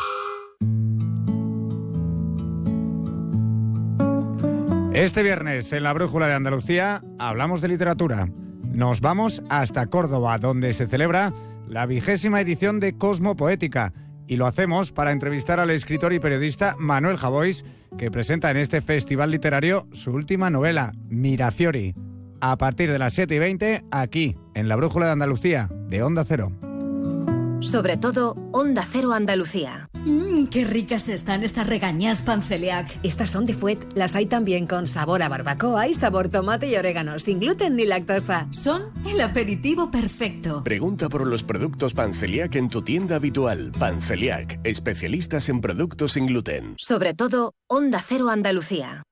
Este viernes en la Brújula de Andalucía hablamos de literatura. Nos vamos hasta Córdoba, donde se celebra la 20ª edición de Cosmo Poética. Y lo hacemos para entrevistar al escritor y periodista Manuel Javois, que presenta en este festival literario su última novela, Mirafiori. A partir de las 7:20, aquí, en la Brújula de Andalucía, de Onda Cero. Sobre todo, Onda Cero Andalucía. ¡Qué ricas están estas regañas Panceliac! Estas son de Fuet. Las hay también con sabor a barbacoa y sabor tomate y orégano, sin gluten ni lactosa. Son el aperitivo perfecto. Pregunta por los productos Panceliac en tu tienda habitual. Panceliac, especialistas en productos sin gluten. Sobre todo, Onda Cero Andalucía.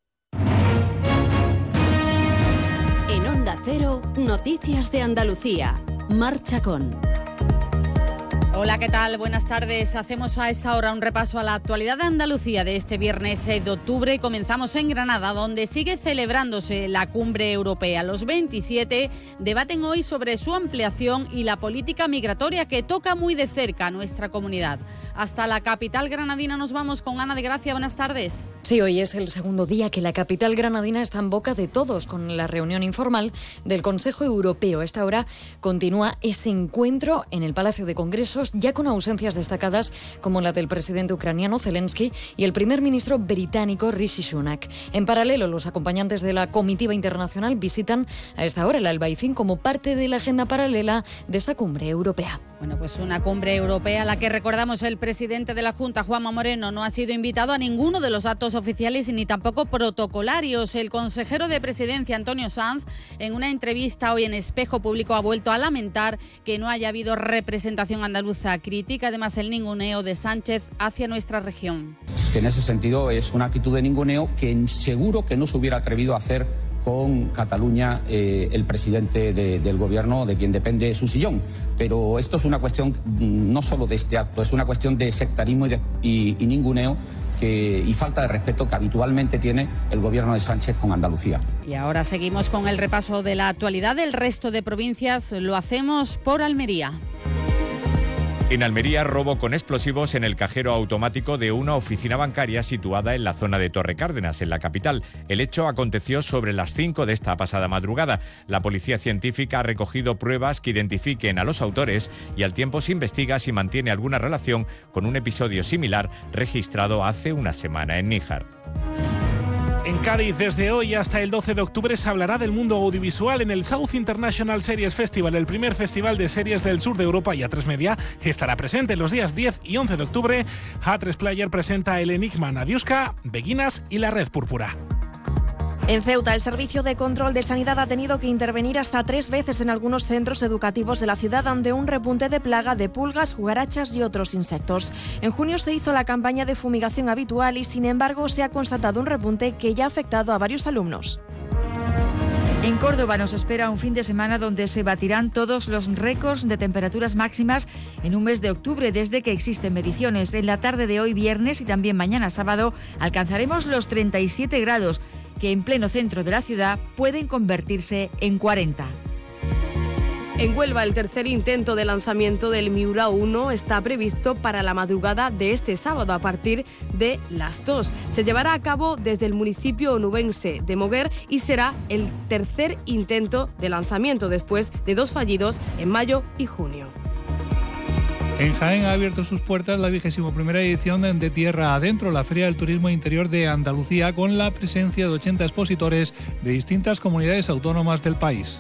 En Onda Cero, Noticias de Andalucía. Mar Chacón. Hola, ¿qué tal? Buenas tardes. Hacemos a esta hora un repaso a la actualidad de Andalucía de este viernes 6 de octubre y comenzamos en Granada, donde sigue celebrándose la Cumbre Europea. Los 27 debaten hoy sobre su ampliación y la política migratoria que toca muy de cerca a nuestra comunidad. Hasta la capital granadina nos vamos con Ana de Gracia. Buenas tardes. Sí, hoy es el segundo día que la capital granadina está en boca de todos con la reunión informal del Consejo Europeo. A esta hora continúa ese encuentro en el Palacio de Congresos, ya con ausencias destacadas como la del presidente ucraniano Zelensky y el primer ministro británico Rishi Sunak. En paralelo, los acompañantes de la comitiva internacional visitan a esta hora el Albaicín como parte de la agenda paralela de esta cumbre europea. Bueno, pues una cumbre europea a la que, recordamos, el presidente de la Junta, Juanma Moreno, no ha sido invitado a ninguno de los actos oficiales ni tampoco protocolarios. El consejero de Presidencia, Antonio Sanz, en una entrevista hoy en Espejo Público, ha vuelto a lamentar que no haya habido representación andaluza Andaluza. Critica además el ninguneo de Sánchez hacia nuestra región. En ese sentido es una actitud de ninguneo que seguro que no se hubiera atrevido a hacer con Cataluña el presidente del gobierno de quien depende su sillón. Pero esto es una cuestión no solo de este acto, es una cuestión de sectarismo y ninguneo y falta de respeto que habitualmente tiene el gobierno de Sánchez con Andalucía. Y ahora seguimos con el repaso de la actualidad del resto de provincias. Lo hacemos por Almería. En Almería, robo con explosivos en el cajero automático de una oficina bancaria situada en la zona de Torre Cárdenas, en la capital. El hecho aconteció sobre las 5 de esta pasada madrugada. La policía científica ha recogido pruebas que identifiquen a los autores y al tiempo se investiga si mantiene alguna relación con un episodio similar registrado hace una semana en Níjar. En Cádiz, desde hoy hasta el 12 de octubre se hablará del mundo audiovisual en el South International Series Festival, el primer festival de series del sur de Europa, y A3 Media estará presente los días 10 y 11 de octubre. A3 Player presenta El Enigma, Nadiuska, Beguinas y La Red Púrpura. En Ceuta, el Servicio de Control de Sanidad ha tenido que intervenir hasta 3 veces en algunos centros educativos de la ciudad ante un repunte de plaga de pulgas, cucarachas y otros insectos. En junio se hizo la campaña de fumigación habitual y, sin embargo, se ha constatado un repunte que ya ha afectado a varios alumnos. En Córdoba nos espera un fin de semana donde se batirán todos los récords de temperaturas máximas en un mes de octubre desde que existen mediciones. En la tarde de hoy viernes y también mañana sábado alcanzaremos los 37 grados, que en pleno centro de la ciudad pueden convertirse en 40. En Huelva, el tercer intento de lanzamiento del Miura 1 está previsto para la madrugada de este sábado a partir de las 2. Se llevará a cabo desde el municipio onubense de Moguer y será el tercer intento de lanzamiento después de 2 fallidos en mayo y junio. En Jaén ha abierto sus puertas la 21ª edición de Tierra Adentro, la Feria del Turismo Interior de Andalucía, con la presencia de 80 expositores de distintas comunidades autónomas del país.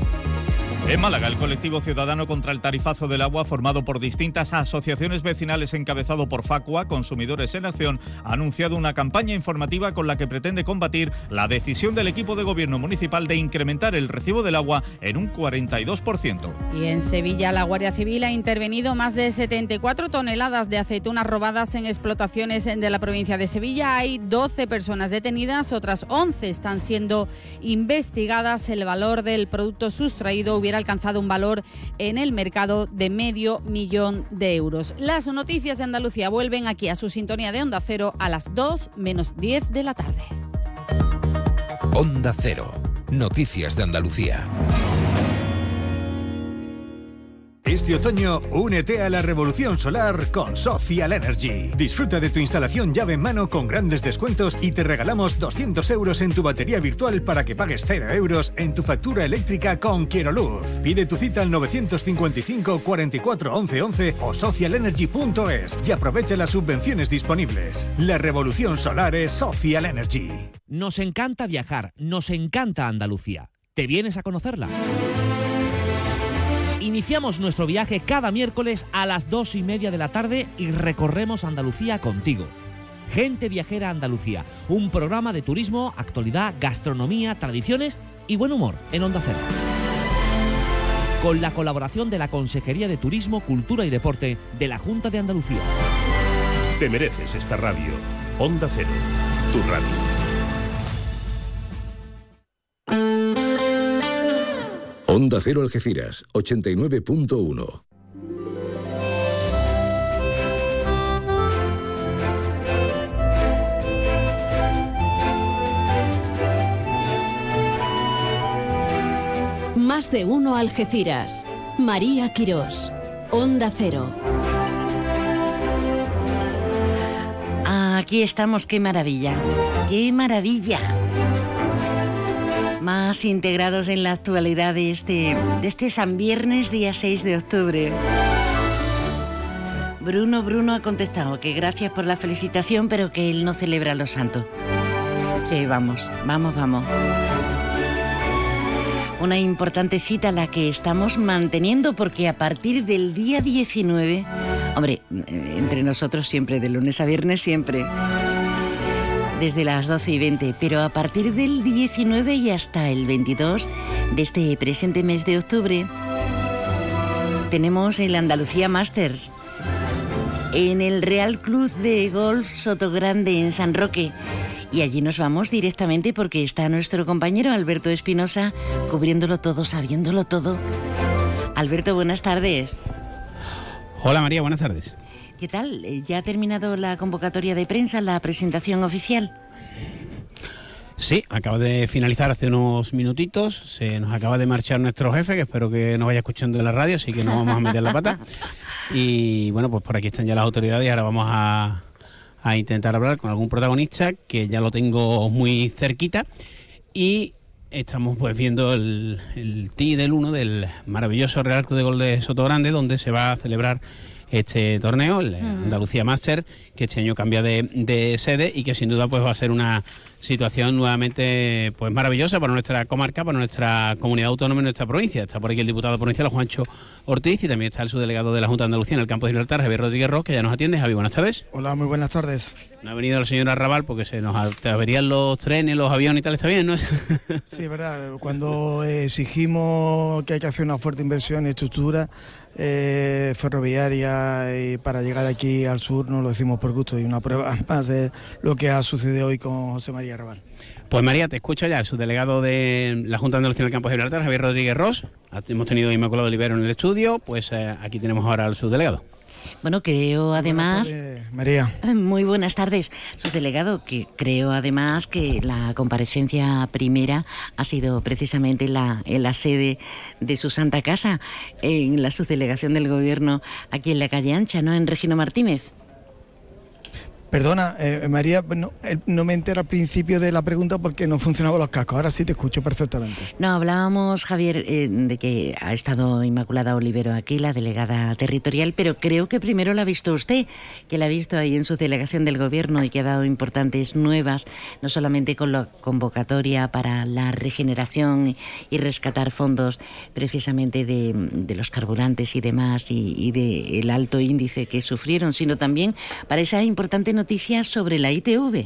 En Málaga, el colectivo ciudadano contra el tarifazo del agua, formado por distintas asociaciones vecinales encabezado por Facua, Consumidores en Acción, ha anunciado una campaña informativa con la que pretende combatir la decisión del equipo de gobierno municipal de incrementar el recibo del agua en un 42%. Y en Sevilla, la Guardia Civil ha intervenido más de 74 toneladas de aceitunas robadas en explotaciones de la provincia de Sevilla. Hay 12 personas detenidas, otras 11 están siendo investigadas. El valor del producto sustraído hubiera alcanzado un valor en el mercado de $500,000 de euros. Las noticias de Andalucía vuelven aquí a su sintonía de Onda Cero a las 2 menos 10 de la tarde. Onda Cero. Noticias de Andalucía. Este otoño, únete a la revolución solar con Social Energy. Disfruta de tu instalación llave en mano con grandes descuentos y te regalamos 200 euros en tu batería virtual para que pagues 0 euros en tu factura eléctrica con Quieroluz. Pide tu cita al 955 44 11 11 o socialenergy.es y aprovecha las subvenciones disponibles. La revolución solar es Social Energy. Nos encanta viajar, nos encanta Andalucía. ¿Te vienes a conocerla? Iniciamos nuestro viaje cada miércoles a las 2:30 de la tarde y recorremos Andalucía contigo. Gente Viajera Andalucía, un programa de turismo, actualidad, gastronomía, tradiciones y buen humor en Onda Cero. Con la colaboración de la Consejería de Turismo, Cultura y Deporte de la Junta de Andalucía. Te mereces esta radio. Onda Cero, tu radio. Onda Cero Algeciras, 89.1. Más de uno Algeciras. María Quirós. Onda Cero. Aquí estamos, qué maravilla. ¡Qué maravilla! Más integrados en la actualidad de este San Viernes, día 6 de octubre. Bruno ha contestado que gracias por la felicitación, pero que él no celebra los santos. Que vamos. Una importante cita la que estamos manteniendo, porque a partir del día 19, hombre, entre nosotros siempre, de lunes a viernes siempre, desde las 12:20, pero a partir del 19 y hasta el 22 de este presente mes de octubre, tenemos el Andalucía Masters en el Real Club de Golf Sotogrande en San Roque. Y allí nos vamos directamente porque está nuestro compañero Alberto Espinosa cubriéndolo todo, sabiéndolo todo. Alberto, buenas tardes. Hola María, buenas tardes. ¿Qué tal? ¿Ya ha terminado la convocatoria de prensa, la presentación oficial? Sí, acaba de finalizar hace unos minutitos. Se nos acaba de marchar nuestro jefe, que espero que nos vaya escuchando en la radio, así que no vamos a meter la pata. Y bueno, pues por aquí están ya las autoridades y ahora vamos a intentar hablar con algún protagonista, que ya lo tengo muy cerquita. Y estamos pues viendo el tee del 1 del maravilloso Real Club de Golf de Sotogrande, donde se va a celebrar este torneo, el Andalucía Master, que este año cambia de sede y que sin duda pues va a ser una situación nuevamente pues maravillosa para nuestra comarca, para nuestra comunidad autónoma y nuestra provincia. Está por aquí el diputado provincial Juancho Ortiz y también está el subdelegado de la Junta de Andalucía en el campo de Gibraltar, Javier Rodríguez Ros, que ya nos atiende. Javi, buenas tardes. Hola, muy buenas tardes. No ha venido el señor Arrabal porque se nos averían los trenes, los aviones y tal, está bien, ¿no? Sí, verdad, cuando exigimos que hay que hacer una fuerte inversión en estructura ferroviaria y para llegar aquí al sur, no lo decimos por gusto, y una prueba más de lo que ha sucedido hoy con José María Arrabal. Pues María, te escucho ya, el subdelegado de la Junta de Andalucía en el campo de Gibraltar, Javier Rodríguez Ros. Hemos tenido a Inmaculado Olivero en el estudio, pues aquí tenemos ahora al subdelegado. Bueno, creo además... Buenas tardes, María. Muy buenas tardes, subdelegado, que creo además que la comparecencia primera ha sido precisamente en la sede de su Santa Casa, en la subdelegación del Gobierno aquí en la calle Ancha, ¿no?, en Regino Martínez. Perdona, María, no me entero al principio de la pregunta porque no funcionaban los cascos. Ahora sí te escucho perfectamente. No, hablábamos, Javier, de que ha estado Inmaculada Olivero aquí, la delegada territorial, pero creo que primero la ha visto usted, que la ha visto ahí en su delegación del Gobierno y que ha dado importantes nuevas, no solamente con la convocatoria para la regeneración y rescatar fondos precisamente de los carburantes y demás y del alto índice que sufrieron, sino también para esa importante noticias sobre la ITV.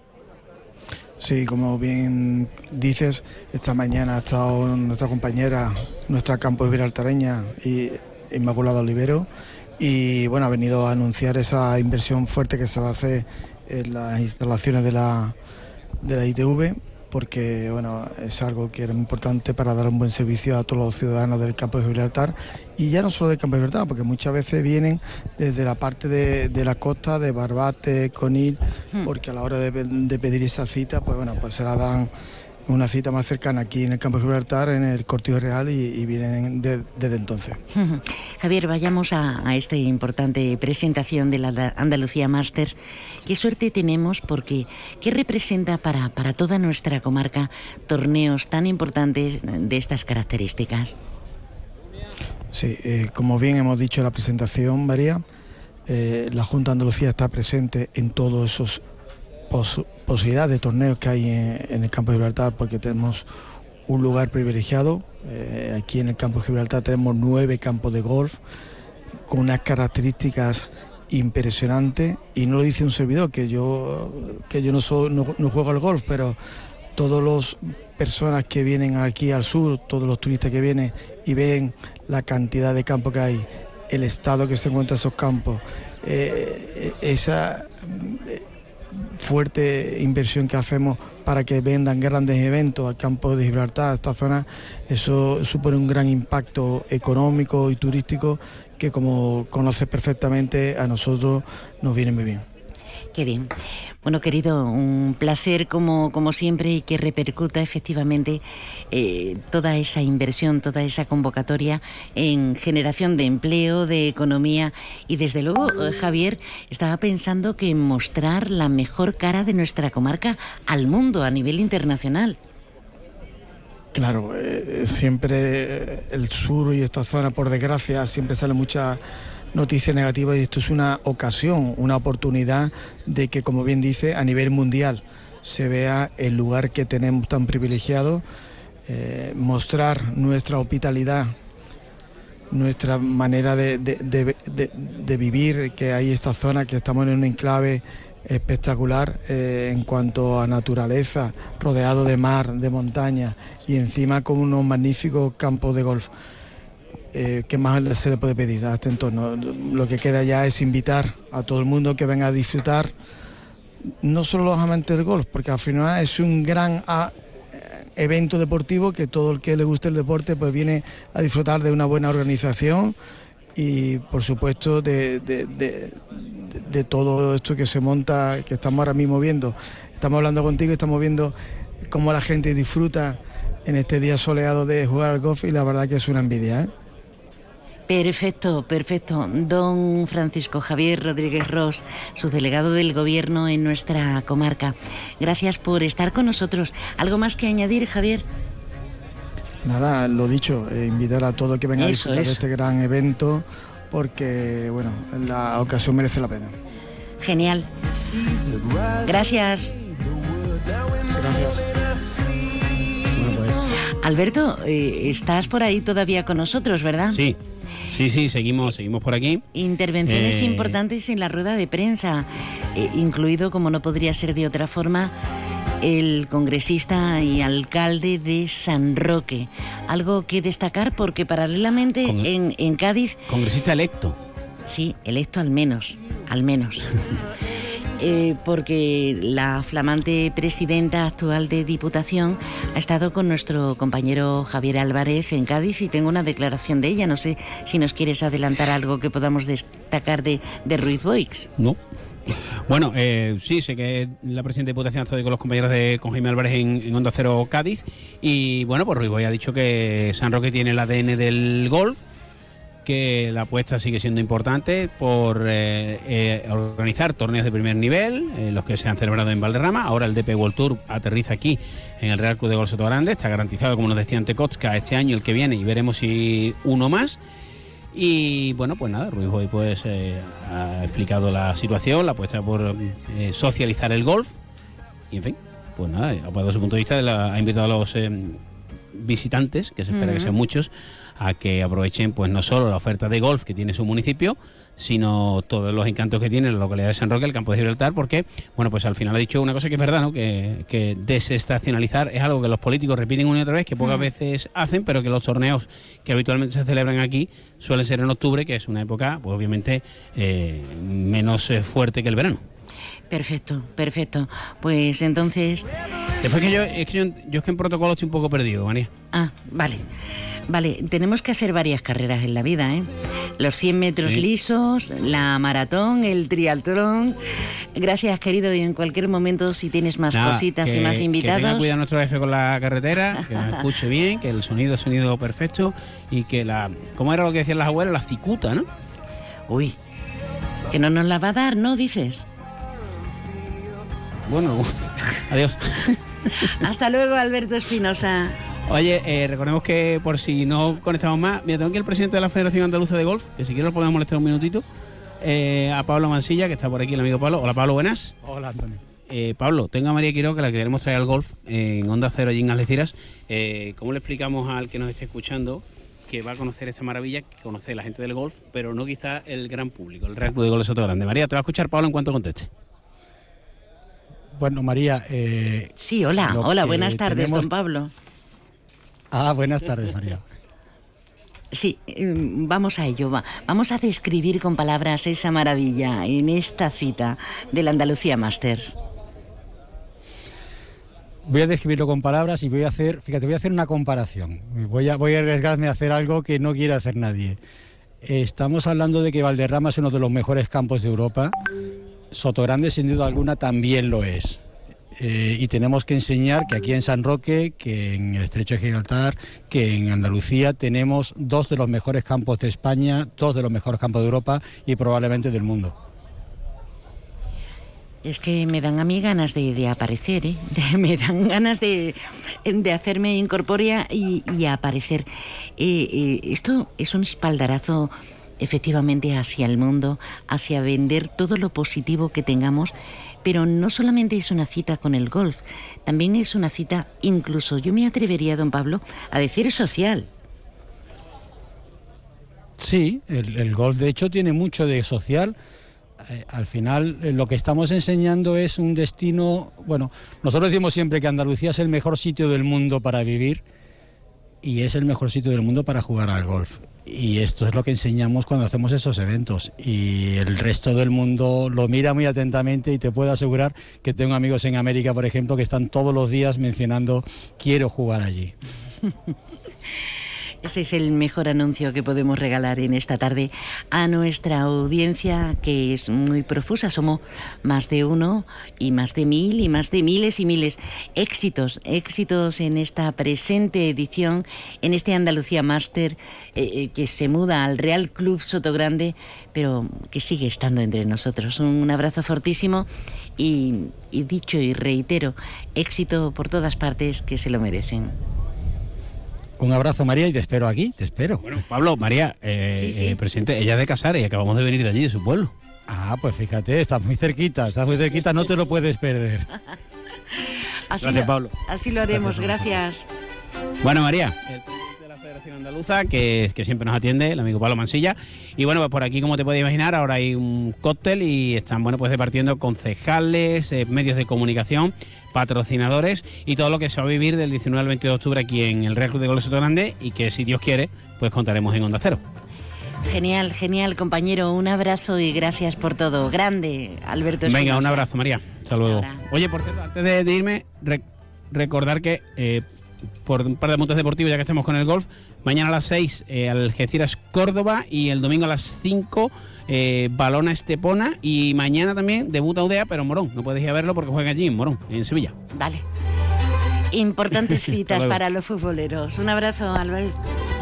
Sí, como bien dices, esta mañana ha estado nuestra compañera, nuestra campo gibraltareña y Inmaculada Olivero, y bueno, ha venido a anunciar esa inversión fuerte que se va a hacer en las instalaciones de la ITV, porque bueno, es algo que era muy importante para dar un buen servicio a todos los ciudadanos del campo de Gibraltar, y ya no solo del campo de Gibraltar, porque muchas veces vienen desde la parte de la costa, de Barbate, Conil, porque a la hora de pedir esa cita, pues bueno, pues se la dan una cita más cercana aquí en el campo de Gibraltar, en el Cortijo Real, y vienen desde entonces. Javier, vayamos a esta importante presentación de la Andalucía Masters. Qué suerte tenemos, porque ¿qué representa para toda nuestra comarca torneos tan importantes de estas características? Sí, como bien hemos dicho en la presentación, María, la Junta de Andalucía está presente en todos esos posibilidad de torneos que hay en el campo de Gibraltar, porque tenemos un lugar privilegiado. Aquí en el campo de Gibraltar tenemos 9 campos de golf con unas características impresionantes, y no lo dice un servidor, que yo no juego al golf, pero todas las personas que vienen aquí al sur, todos los turistas que vienen y ven la cantidad de campos que hay, el estado que se encuentran esos campos, esa fuerte inversión que hacemos para que vendan grandes eventos al campo de Gibraltar, a esta zona, eso supone un gran impacto económico y turístico que, como conoces perfectamente, a nosotros nos viene muy bien. Qué bien. Bueno, querido, un placer como siempre, y que repercuta efectivamente toda esa inversión, toda esa convocatoria en generación de empleo, de economía, y desde luego, Javier, estaba pensando que mostrar la mejor cara de nuestra comarca al mundo a nivel internacional. Claro, siempre el sur y esta zona, por desgracia, siempre sale mucha noticia negativa, y esto es una ocasión, una oportunidad de que, como bien dice, a nivel mundial se vea el lugar que tenemos tan privilegiado, mostrar nuestra hospitalidad, nuestra manera de vivir, que hay esta zona, que estamos en un enclave espectacular en cuanto a naturaleza, rodeado de mar, de montaña, y encima con unos magníficos campos de golf. ¿qué más se le puede pedir a este entorno? Lo que queda ya es invitar a todo el mundo que venga a disfrutar, no solo los amantes del golf, porque al final es un gran evento deportivo que todo el que le guste el deporte pues viene a disfrutar de una buena organización y por supuesto de todo esto que se monta, que estamos ahora mismo viendo. Estamos hablando contigo y estamos viendo cómo la gente disfruta en este día soleado de jugar al golf y la verdad que es una envidia, ¿eh? Perfecto. Don Francisco Javier Rodríguez Ros, subdelegado del Gobierno en nuestra comarca. Gracias por estar con nosotros. ¿Algo más que añadir, Javier? Nada, lo dicho, invitar a todo el que venga a disfrutar de este gran evento porque, bueno, la ocasión merece la pena. Genial. Gracias. Bueno, pues. Alberto, estás por ahí todavía con nosotros, ¿verdad? Sí, seguimos por aquí. Intervenciones importantes en la rueda de prensa, incluido, como no podría ser de otra forma, el congresista y alcalde de San Roque. Algo que destacar porque paralelamente en Cádiz... Congresista electo. Sí, electo al menos. Porque la flamante presidenta actual de Diputación ha estado con nuestro compañero Javier Álvarez en Cádiz y tengo una declaración de ella. No sé si nos quieres adelantar algo que podamos destacar de Ruiz Boix. No. Bueno, sí, sé que la presidenta de Diputación ha estado con los compañeros con Jaime Álvarez en Onda Cero Cádiz y bueno, pues Ruiz Boix ha dicho que San Roque tiene el ADN del golf, que la apuesta sigue siendo importante por organizar torneos de primer nivel, los que se han celebrado en Valderrama. Ahora el DP World Tour aterriza aquí en el Real Club de Golf Sotogrande. Está garantizado, como nos decía ante Kotska, este año, el que viene, y veremos si uno más. Y bueno, pues nada, Ruiz Boix pues, ha explicado la situación, la apuesta por socializar el golf. Y en fin, pues nada, ha dado su punto de vista, ha invitado a los visitantes, que se espera que sean muchos, a que aprovechen pues no solo la oferta de golf que tiene su municipio, sino todos los encantos que tiene la localidad de San Roque, el campo de Gibraltar, porque, bueno, pues al final ha dicho una cosa que es verdad, ¿no? Que desestacionalizar es algo que los políticos repiten una y otra vez, que pocas veces hacen, pero que los torneos que habitualmente se celebran aquí suelen ser en octubre, que es una época, pues obviamente, menos fuerte que el verano. Perfecto. Pues entonces... Después yo es que en protocolo estoy un poco perdido, María. Ah, vale, tenemos que hacer varias carreras en la vida, ¿eh? Los 100 metros lisos, la maratón, el triatlón. Gracias, querido, y en cualquier momento, si tienes más cositas y más invitados... Que tenga cuidado nuestro jefe con la carretera, que me escuche bien, que el sonido perfecto y que ¿cómo era lo que decían las abuelas? La cicuta, ¿no? Uy, que no nos la va a dar, ¿no? Dices... Bueno, adiós. Hasta luego, Alberto Espinosa. Oye, recordemos que por si no conectamos más, mira, tengo aquí el presidente de la Federación Andaluza de Golf, que si quieres lo podemos molestar un minutito, a Pablo Mansilla, que está por aquí, el amigo Pablo. Hola, Pablo, buenas. Hola, Antonio. Pablo, tengo a María Quiroga, que la queremos traer al golf en Onda Cero allí en Algeciras. ¿Cómo le explicamos al que nos esté escuchando que va a conocer esta maravilla, que conoce la gente del golf, pero no quizá el gran público, el Real Club de Golf Sotogrande? María, te va a escuchar Pablo en cuanto conteste. Bueno, María... sí, hola, buenas tardes, don Pablo. Buenas tardes, María. Sí, vamos a ello. Vamos a describir con palabras esa maravilla en esta cita del Andalucía Masters. Voy a describirlo con palabras y voy a hacer una comparación. Voy a arriesgarme a hacer algo que no quiere hacer nadie. Estamos hablando de que Valderrama es uno de los mejores campos de Europa. Sotogrande, sin duda alguna, también lo es. Y tenemos que enseñar que aquí en San Roque, que en el Estrecho de Gibraltar, que en Andalucía tenemos dos de los mejores campos de España, dos de los mejores campos de Europa y probablemente del mundo. Es que me dan a mí ganas de aparecer, ¿eh? Me dan ganas de hacerme incorpórea y aparecer. Esto es un espaldarazo efectivamente hacia el mundo, hacia vender todo lo positivo que tengamos, pero no solamente es una cita con el golf, también es una cita, incluso yo me atrevería, don Pablo, a decir social. Sí, el golf de hecho tiene mucho de social. Al final lo que estamos enseñando es un destino, bueno, nosotros decimos siempre que Andalucía es el mejor sitio del mundo para vivir y es el mejor sitio del mundo para jugar al golf. Y esto es lo que enseñamos cuando hacemos esos eventos. Y el resto del mundo lo mira muy atentamente y te puedo asegurar que tengo amigos en América, por ejemplo, que están todos los días mencionando quiero jugar allí. Ese es el mejor anuncio que podemos regalar en esta tarde a nuestra audiencia, que es muy profusa. Somos más de uno y más de mil y más de miles y miles. Éxitos en esta presente edición, en este Andalucía Máster, que se muda al Real Club Sotogrande, pero que sigue estando entre nosotros. Un abrazo fortísimo y dicho y reitero, éxito por todas partes, que se lo merecen. Un abrazo, María, y te espero aquí, te espero. Bueno, Pablo, María, presidente, ella es de Casares y acabamos de venir de allí, de su pueblo. Ah, pues fíjate, estás muy cerquita, no te lo puedes perder. Gracias, Pablo. Así lo haremos, gracias. Bueno, María, el presidente de la Federación Andaluza, que siempre nos atiende, el amigo Pablo Mansilla. Y bueno, pues por aquí, como te puedes imaginar, ahora hay un cóctel y están, bueno, pues departiendo concejales, medios de comunicación, patrocinadores y todo lo que se va a vivir del 19 al 22 de octubre aquí en el Real Club de Golf Sotogrande, y que, si Dios quiere, pues contaremos en Onda Cero. Genial, compañero. Un abrazo y gracias por todo. Grande, Alberto Espinosa. Venga, un abrazo, María. Hasta luego. Oye, por cierto, antes de irme, recordar que por un par de apuntes deportivos, ya que estamos con el golf, mañana a las 6 Algeciras Córdoba, y el domingo a las 5 Balona Estepona, y mañana también debuta Udea, pero en Morón. No puedes ir a verlo porque juegan allí en Morón, en Sevilla. Vale. Importantes citas para los futboleros. Un abrazo, Albert.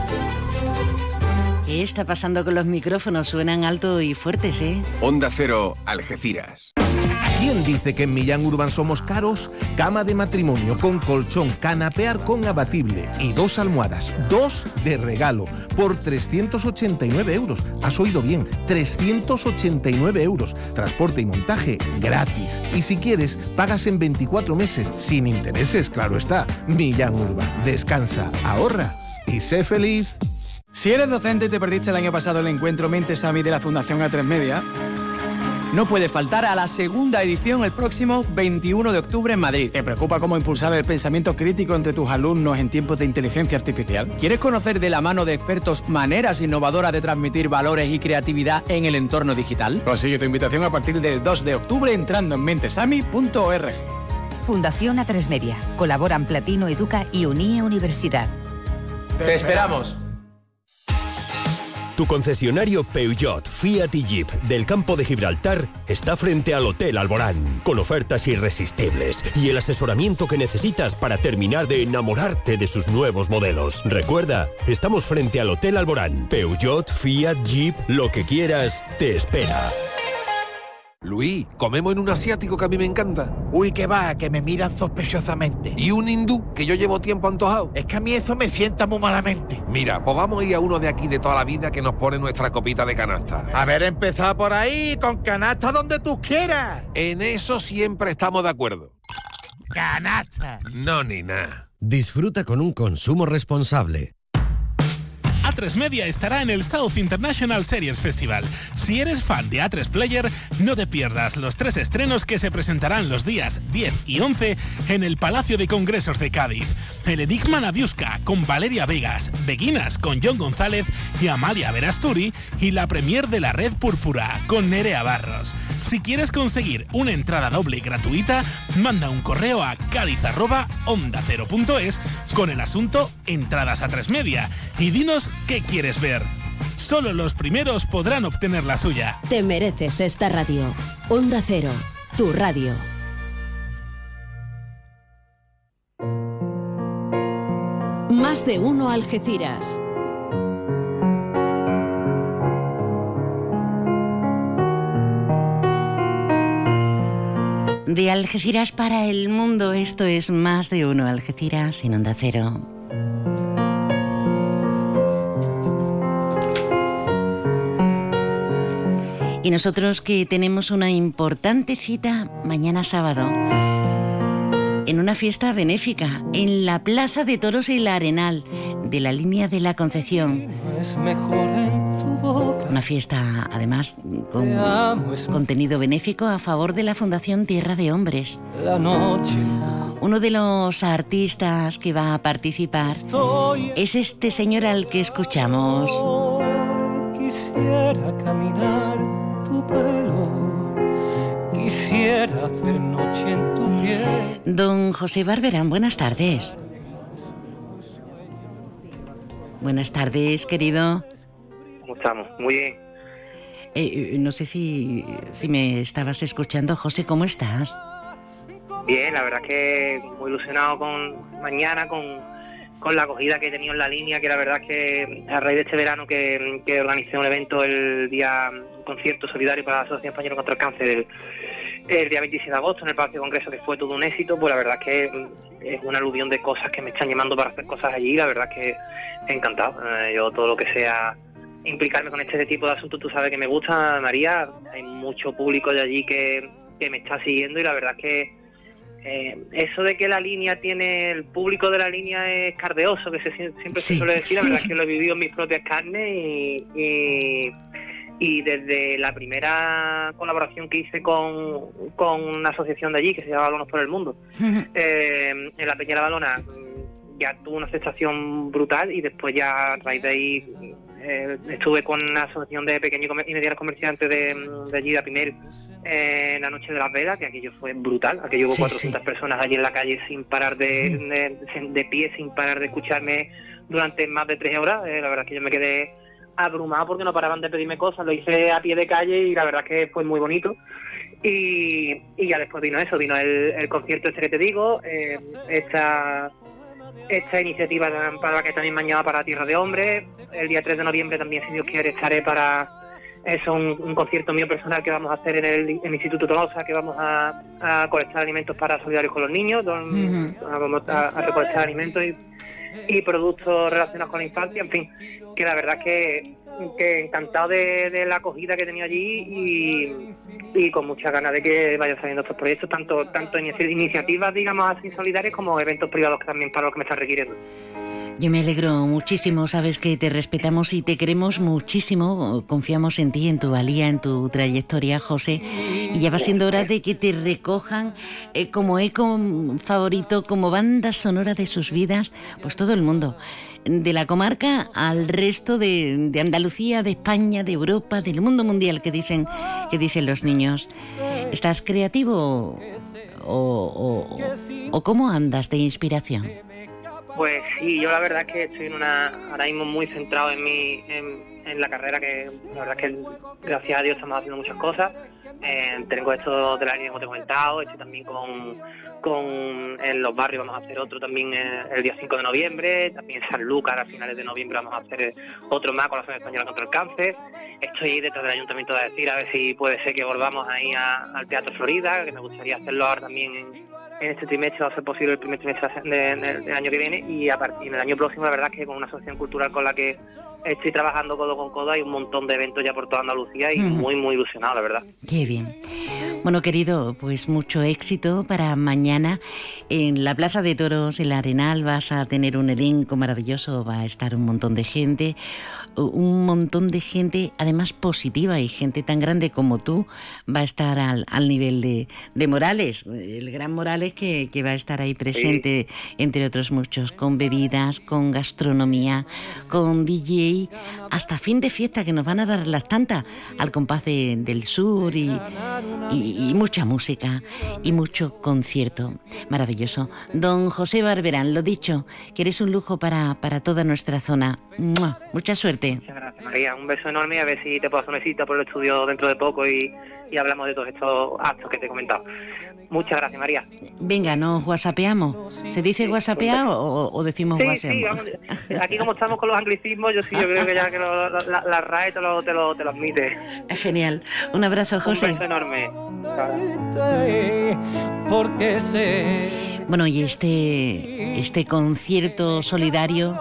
¿Qué está pasando con los micrófonos? Suenan alto y fuertes, ¿eh? Onda Cero, Algeciras. ¿Quién dice que en Millán Urban somos caros? Cama de matrimonio con colchón, canapear con abatible y 2 almohadas, 2 de regalo, por 389 euros. Has oído bien, 389 euros. Transporte y montaje gratis. Y si quieres, pagas en 24 meses, sin intereses, claro está. Millán Urban. Descansa, ahorra y sé feliz. Si eres docente y te perdiste el año pasado el encuentro Mentes a mí de la Fundación A3 Media, no puede faltar a la segunda edición el próximo 21 de octubre en Madrid. ¿Te preocupa cómo impulsar el pensamiento crítico entre tus alumnos en tiempos de inteligencia artificial? ¿Quieres conocer de la mano de expertos maneras innovadoras de transmitir valores y creatividad en el entorno digital? Consigue tu invitación a partir del 2 de octubre entrando en mentesami.org. Fundación A3 Media. Colaboran Platino Educa y Unie Universidad. ¡Te esperamos! Tu concesionario Peugeot, Fiat y Jeep del campo de Gibraltar está frente al Hotel Alborán, con ofertas irresistibles y el asesoramiento que necesitas para terminar de enamorarte de sus nuevos modelos. Recuerda, estamos frente al Hotel Alborán. Peugeot, Fiat, Jeep, lo que quieras, te espera. Luis, comemos en un asiático que a mí me encanta. Uy, que va, que me miran sospechosamente. Y un hindú, que yo llevo tiempo antojado. Es que a mí eso me sienta muy malamente. Mira, pues vamos a ir a uno de aquí de toda la vida que nos pone nuestra copita de canasta. A ver, empezar por ahí, con canasta donde tú quieras. En eso siempre estamos de acuerdo. ¡Canasta! No, ni nada. Disfruta con un consumo responsable. A3 Media estará en el South International Series Festival. Si eres fan de A3 Player, no te pierdas los 3 estrenos que se presentarán los días 10 y 11 en el Palacio de Congresos de Cádiz. El Enigma Nadiuska con Valeria Vegas, Beguinas con John González y Amalia Verasturi, y la premier de La Red Púrpura con Nerea Barros. Si quieres conseguir una entrada doble gratuita, manda un correo a cádiz@ondacero.es con el asunto Entradas A3 Media y dinos qué quieres ver. Solo los primeros podrán obtener la suya. Te mereces esta radio. Onda Cero, tu radio. Más de uno Algeciras. De Algeciras para el mundo, esto es Más de uno Algeciras en Onda Cero. Y nosotros que tenemos una importante cita mañana sábado en una fiesta benéfica en la Plaza de Toros El Arenal de la Línea de la Concepción. Una fiesta, además, con contenido benéfico a favor de la Fundación Tierra de Hombres. Uno de los artistas que va a participar es este señor al que escuchamos. viera caminar tu pelo, quisiera hacer noche en tu piel. Don José Barberán, buenas tardes. Buenas tardes, querido. ¿Cómo estamos? Muy bien. No sé si me estabas escuchando, José, ¿cómo estás? Bien, la verdad es que muy ilusionado con mañana, con la acogida que he tenido en la línea, que la verdad es que a raíz de este verano que organicé un evento un concierto solidario para la Asociación Española contra el Cáncer el día 26 de agosto en el Palacio de Congreso, que fue todo un éxito, pues la verdad es que es una aluvión de cosas que me están llamando para hacer cosas allí, la verdad es que encantado. Yo todo lo que sea implicarme con este tipo de asuntos, tú sabes que me gusta, María, hay mucho público de allí que me está siguiendo y la verdad es que eso de que la línea tiene, el público de la línea es cardeoso, que siempre se suele decir, la verdad es que lo he vivido en mis propias carnes y desde la primera colaboración que hice con una asociación de allí que se llama Balones por el Mundo, en la Peña de la Balona, ya tuvo una aceptación brutal y después ya a raíz de ahí estuve con una asociación de pequeños y medianos comerciantes de allí de Apimel en la Noche de las Velas, que aquello fue brutal, aquello hubo 400 personas allí en la calle sin parar de pie, sin parar de escucharme durante más de 3 horas. La verdad es que yo me quedé abrumado porque no paraban de pedirme cosas, lo hice a pie de calle y la verdad es que fue muy bonito. Y ya después vino el concierto este que te digo, esta iniciativa para la que también me han llamado para Tierra de Hombres. El día 3 de noviembre también, si Dios quiere, estaré para un concierto mío personal que vamos a hacer en el Instituto Tolosa, que vamos a colectar alimentos para solidarios con los niños, vamos a recolectar alimentos y productos relacionados con la infancia, en fin, que la verdad es que encantado de la acogida que he tenido allí y con muchas ganas de que vayan saliendo estos proyectos, tanto iniciativas, digamos así, solidarias, como eventos privados que también para lo que me están requiriendo. Yo me alegro muchísimo, sabes que te respetamos y te queremos muchísimo, confiamos en ti, en tu valía, en tu trayectoria, José, y ya va siendo hora de que te recojan como eco favorito, como banda sonora de sus vidas, pues todo el mundo, de la comarca al resto de Andalucía, de España, de Europa, del mundo mundial, que dicen los niños. ¿Estás creativo o cómo andas de inspiración? Pues sí, yo la verdad es que estoy ahora mismo muy centrado en la carrera, que la verdad es que gracias a Dios estamos haciendo muchas cosas. Tengo esto de la línea, como te he comentado, estoy también en los barrios, vamos a hacer otro también el día 5 de noviembre, también en San Lucas a finales de noviembre vamos a hacer otro más con la Asociación Española contra el Cáncer. Estoy ahí detrás del Ayuntamiento de decir a ver si puede ser que volvamos ahí al Teatro Florida, que me gustaría hacerlo ahora también en este trimestre, va a ser posible el primer trimestre del año que viene, y en el año próximo la verdad es que con una asociación cultural con la que estoy trabajando codo con codo hay un montón de eventos ya por toda Andalucía y muy ilusionado, la verdad. Qué bien. Bueno, querido, pues mucho éxito para mañana en la Plaza de Toros, en la Arenal. Vas a tener un elenco maravilloso, va a estar un montón de gente, además positiva, y gente tan grande como tú va a estar al nivel de Morales, el gran Morales que va a estar ahí presente, entre otros muchos, con bebidas, con gastronomía, con DJ, hasta fin de fiesta, que nos van a dar las tantas al compás del sur y mucha música y mucho concierto maravilloso. Don José Barberán, lo dicho, que eres un lujo para toda nuestra zona. ¡Mua! Mucha suerte. Muchas gracias, María, un beso enorme, a ver si te puedo hacer una visita por el estudio dentro de poco y hablamos de todos estos actos que te he comentado. Muchas gracias, María. Venga, ¿nos whatsappeamos? ¿Se dice whatsappear o decimos whatsapp? Sí, vamos, aquí como estamos con los anglicismos, yo creo que ya que la RAE te lo admite. Genial. Un abrazo, José. Un beso enorme. Porque sé. Bueno, y este concierto solidario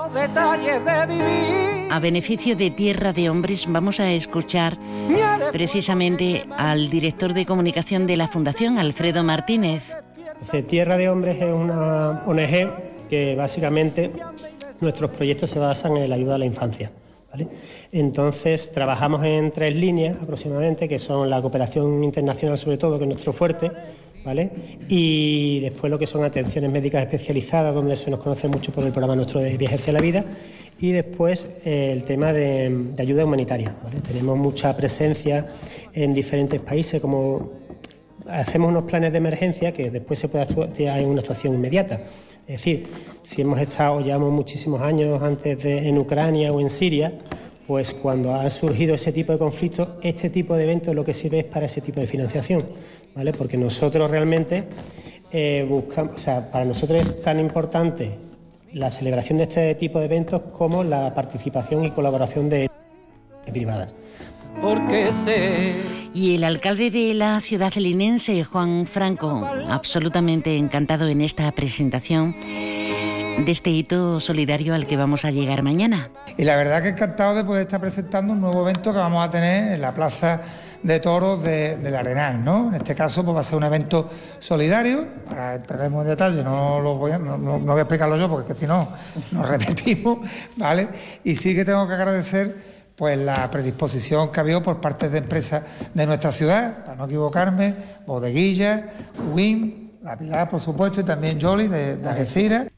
a beneficio de Tierra de Hombres, vamos a escuchar precisamente al director de comunicación de la Fundación, Alfredo Martínez. Tierra de Hombres es una ONG que básicamente nuestros proyectos se basan en la ayuda a la infancia. ¿vale? Entonces, trabajamos en 3 líneas aproximadamente, que son la cooperación internacional sobre todo, que es nuestro fuerte, ¿vale? Y después lo que son atenciones médicas especializadas, donde se nos conoce mucho por el programa nuestro de Viajes hacia la Vida, y después el tema de ayuda humanitaria, ¿vale? Tenemos mucha presencia en diferentes países, como hacemos unos planes de emergencia que después se puede hay una actuación inmediata. Es decir, si hemos estado, llevamos muchísimos años antes en Ucrania o en Siria, pues cuando ha surgido ese tipo de conflictos, este tipo de eventos lo que sirve es para ese tipo de financiación, ¿vale? Porque nosotros realmente buscamos, o sea, para nosotros es tan importante la celebración de este tipo de eventos como la participación y colaboración de privadas. Porque sé. Y el alcalde de la ciudad linense, Juan Franco, absolutamente encantado en esta presentación de este hito solidario al que vamos a llegar mañana. Y la verdad que encantado de poder estar presentando un nuevo evento que vamos a tener en la Plaza de Toros del Arenal, ¿no? En este caso pues va a ser un evento solidario. Para entraremos en detalle, no voy a explicarlo yo porque si no nos repetimos, ¿vale? Y sí que tengo que agradecer pues la predisposición que ha habido por parte de empresas de nuestra ciudad, para no equivocarme, Bodeguilla, Win, La Pilar, por supuesto, y también Jolly de Algeciras.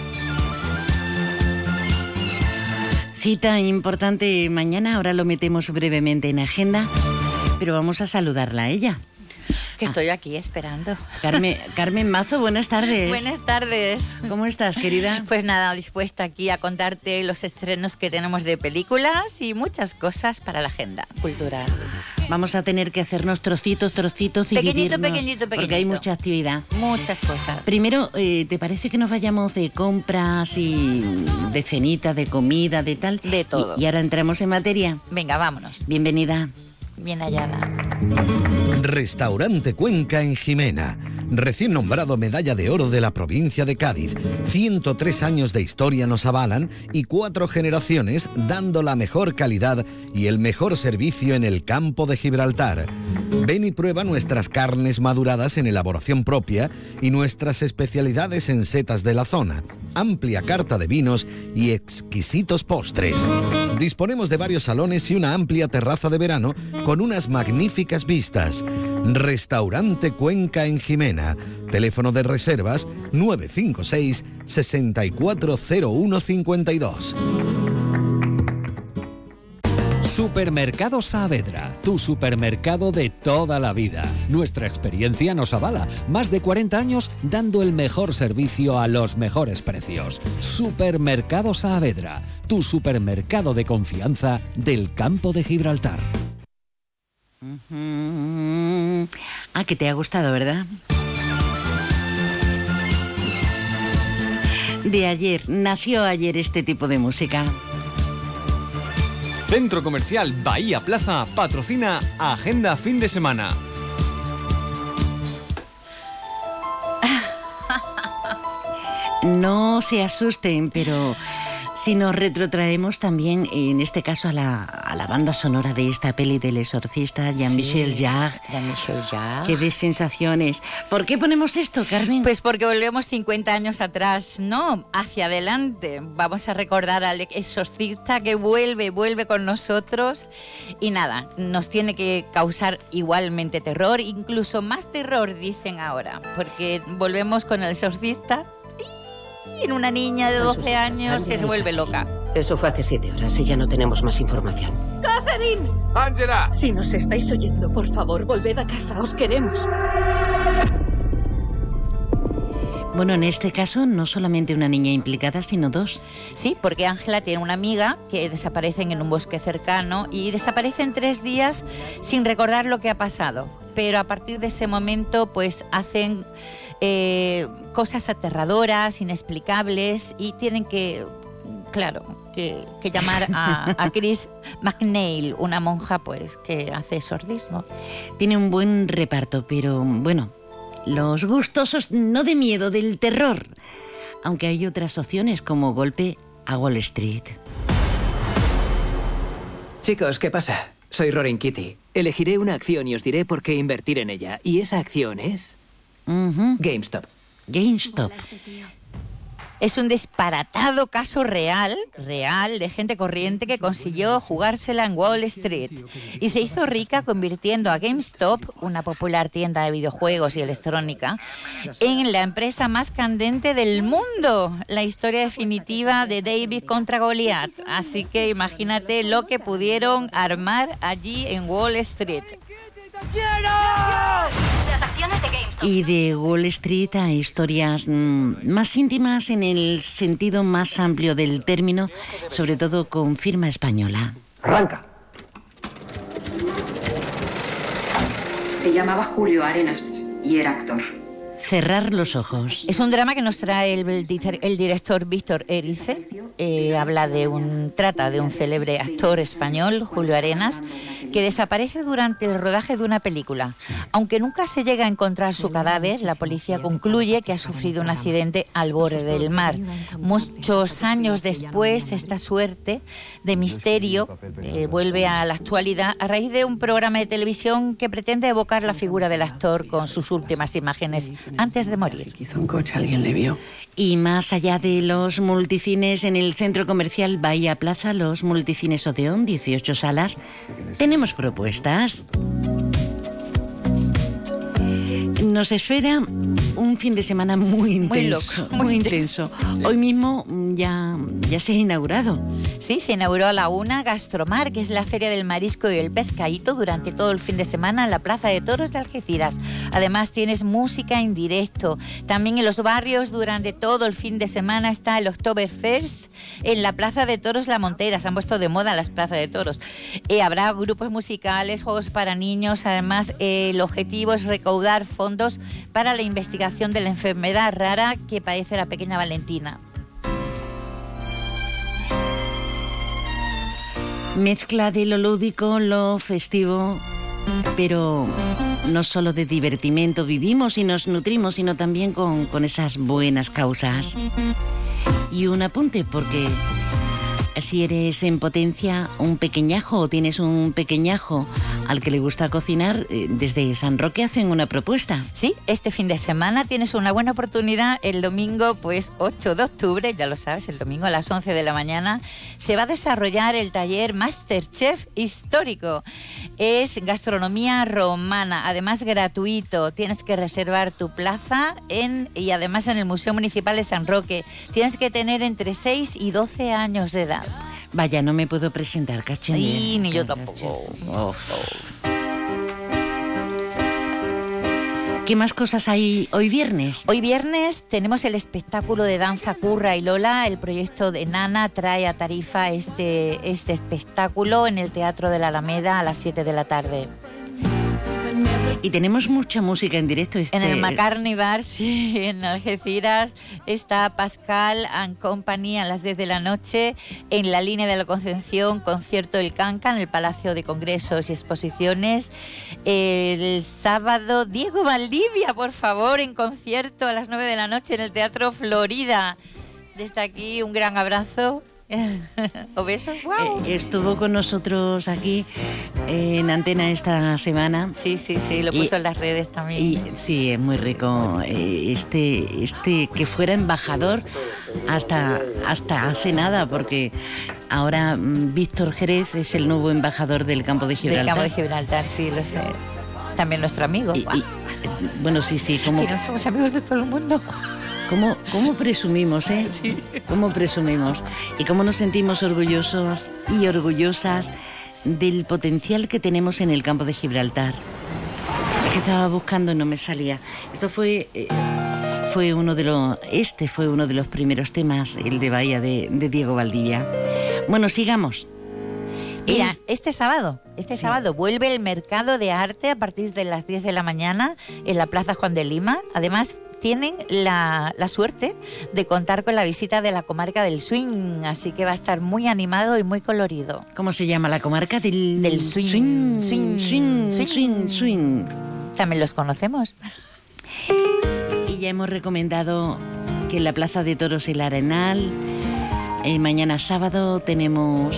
Cita importante mañana, ahora lo metemos brevemente en agenda, pero vamos a saludarla a ella. Que estoy aquí esperando. Carmen Mazo, buenas tardes. Buenas tardes. ¿Cómo estás, querida? Pues nada, dispuesta aquí a contarte los estrenos que tenemos de películas y muchas cosas para la agenda cultural. Vamos a tener que hacernos trocitos y dividirnos, pequeñito. porque hay mucha actividad. Muchas cosas. Primero, ¿te parece que nos vayamos de compras y de cenita, de comida, de tal? De todo. Y ahora entramos en materia. Venga, vámonos. Bienvenida. Bien hallada. Restaurante Cuenca en Jimena. Recién nombrado Medalla de Oro de la provincia de Cádiz. 103 años de historia nos avalan y 4 generaciones dando la mejor calidad y el mejor servicio en el campo de Gibraltar. Ven y prueba nuestras carnes maduradas en elaboración propia y nuestras especialidades en setas de la zona. Amplia carta de vinos y exquisitos postres. Disponemos de varios salones y una amplia terraza de verano con unas magníficas vistas. Restaurante Cuenca en Jimena. Teléfono de reservas 956 640152. Supermercado Saavedra, tu supermercado de toda la vida. Nuestra experiencia nos avala. Más de 40 años dando el mejor servicio a los mejores precios. Supermercado Saavedra, tu supermercado de confianza del campo de Gibraltar. Ah, que te ha gustado, ¿verdad? Nació ayer este tipo de música. Centro Comercial Bahía Plaza patrocina Agenda Fin de Semana. No se asusten, pero si nos retrotraemos también, en este caso, a la banda sonora de esta peli del exorcista, Jean-Michel Jarre. Jean-Michel Jarre. Qué de sensaciones. ¿Por qué ponemos esto, Carmen? Pues porque volvemos 50 años atrás, no, hacia adelante. Vamos a recordar al exorcista que vuelve con nosotros y nada, nos tiene que causar igualmente terror, incluso más terror, dicen ahora, porque volvemos con el exorcista en una niña de 12 años que se vuelve loca. Eso fue hace 7 horas y ya no tenemos más información. ¡Catherine! ¡Ángela! Si nos estáis oyendo, por favor, volved a casa, os queremos. Bueno, en este caso no solamente una niña implicada, sino 2. Sí, porque Ángela tiene una amiga que desaparecen en un bosque cercano y desaparecen 3 días sin recordar lo que ha pasado. Pero a partir de ese momento, pues hacen cosas aterradoras, inexplicables y tienen que llamar a Chris McNeil, una monja pues que hace exorcismo. Tiene un buen reparto, pero bueno, los gustosos no de miedo, del terror. Aunque hay otras opciones como Golpe a Wall Street. Chicos, ¿qué pasa? Soy Roaring Kitty. Elegiré una acción y os diré por qué invertir en ella. Y esa acción es... GameStop. GameStop. Es un disparatado caso real de gente corriente que consiguió jugársela en Wall Street y se hizo rica convirtiendo a GameStop, una popular tienda de videojuegos y electrónica, en la empresa más candente del mundo. La historia definitiva de David contra Goliat. Así que imagínate lo que pudieron armar allí en Wall Street. Las acciones de GameStop. Y de Wall Street a historias más íntimas en el sentido más amplio del término, sobre todo con firma española. Arranca. Se llamaba Julio Arenas y era actor. Cerrar los ojos. Es un drama que nos trae el director Víctor Erice. Trata de un célebre actor español, Julio Arenas, que desaparece durante el rodaje de una película. Aunque nunca se llega a encontrar su cadáver, la policía concluye que ha sufrido un accidente al borde del mar. Muchos años después, esta suerte de misterio vuelve a la actualidad a raíz de un programa de televisión que pretende evocar la figura del actor con sus últimas imágenes antes de morir. Hizo un coche, alguien le vio. Y más allá de los multicines en el centro comercial Bahía Plaza, los multicines Odeón, 18 salas, tenemos propuestas. Nos espera un fin de semana muy intenso. Muy intenso. Hoy mismo ya se ha inaugurado. Sí, se inauguró a la 1 Gastromar, que es la feria del marisco y el pescadito durante todo el fin de semana en la Plaza de Toros de Algeciras. Además tienes música en directo. También en los barrios durante todo el fin de semana está el Oktoberfest en la Plaza de Toros La Montera. Se han puesto de moda las plazas de toros. Habrá grupos musicales, juegos para niños. Además, el objetivo es recaudar fondos para la investigación de la enfermedad rara que padece la pequeña Valentina. Mezcla de lo lúdico, lo festivo, pero no solo de divertimento vivimos y nos nutrimos, sino también con esas buenas causas. Y un apunte, porque si eres en Potencia un pequeñajo o tienes un pequeñajo al que le gusta cocinar, desde San Roque hacen una propuesta. Sí, este fin de semana tienes una buena oportunidad. El domingo, 8 de octubre, ya lo sabes, el domingo a las 11 de la mañana, se va a desarrollar el taller Masterchef Histórico. Es gastronomía romana, además gratuito. Tienes que reservar tu plaza y además en el Museo Municipal de San Roque. Tienes que tener entre 6 y 12 años de edad. Vaya, no me puedo presentar, cachenía. Sí, ni yo tampoco. ¿Qué más cosas hay hoy viernes? Hoy viernes tenemos el espectáculo de danza Curra y Lola. El proyecto de Nana trae a Tarifa este espectáculo en el Teatro de la Alameda a las 7 de la tarde. Y tenemos mucha música en directo. En el McCartney Bar, sí, en Algeciras, está Pascal and Company a las 10 de la noche. En la Línea de la Concepción, concierto El Canca en el Palacio de Congresos y Exposiciones. El sábado, Diego Valdivia, por favor, en concierto a las 9 de la noche en el Teatro Florida. Desde aquí, un gran abrazo. ¿Obesos? ¡Wow! Estuvo con nosotros aquí en Antena esta semana. Sí, lo puso en las redes también. Sí, es muy rico. Que fuera embajador hasta hace nada, porque ahora Víctor Jerez es el nuevo embajador del Campo de Gibraltar. Del Campo de Gibraltar, sí, lo sé. También nuestro amigo. Bueno, sí. Que no somos amigos de todo el mundo. ¿Cómo presumimos, eh? Sí. ¿Cómo presumimos? Y cómo nos sentimos orgullosos y orgullosas del potencial que tenemos en el Campo de Gibraltar. Es que estaba buscando y no me salía. Esto fue uno de los primeros temas, el de Bahía de Diego Valdivia. Bueno, sigamos. Mira, este sábado vuelve el mercado de arte a partir de las 10 de la mañana en la Plaza Juan de Lima. Además, tienen la suerte de contar con la visita de la comarca del swing, así que va a estar muy animado y muy colorido. ¿Cómo se llama la comarca? Del swing. Swing. También los conocemos. Y ya hemos recomendado que en la Plaza de Toros El Arenal, mañana sábado tenemos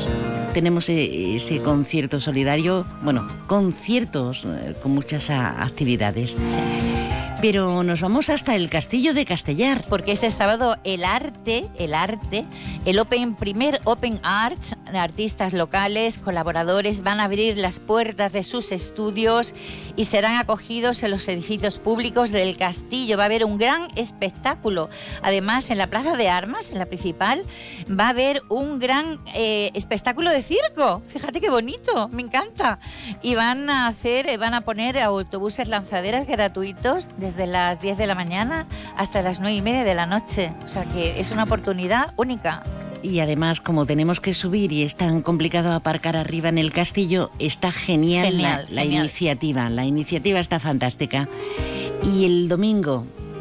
ese concierto solidario, conciertos con muchas actividades. Sí. Pero nos vamos hasta el Castillo de Castellar. Porque este sábado el primer Open Arts, artistas locales, colaboradores, van a abrir las puertas de sus estudios y serán acogidos en los edificios públicos del castillo. Va a haber un gran espectáculo. Además, en la Plaza de Armas, en la principal, va a haber un gran espectáculo de circo. Fíjate qué bonito, me encanta. Y van a poner autobuses lanzaderas gratuitos desde las 10 de la mañana hasta las 9:30 de la noche. O sea que es una oportunidad única. Y además, como tenemos que subir y es tan complicado aparcar arriba en el castillo, está genial la iniciativa. La iniciativa está fantástica. Y el domingo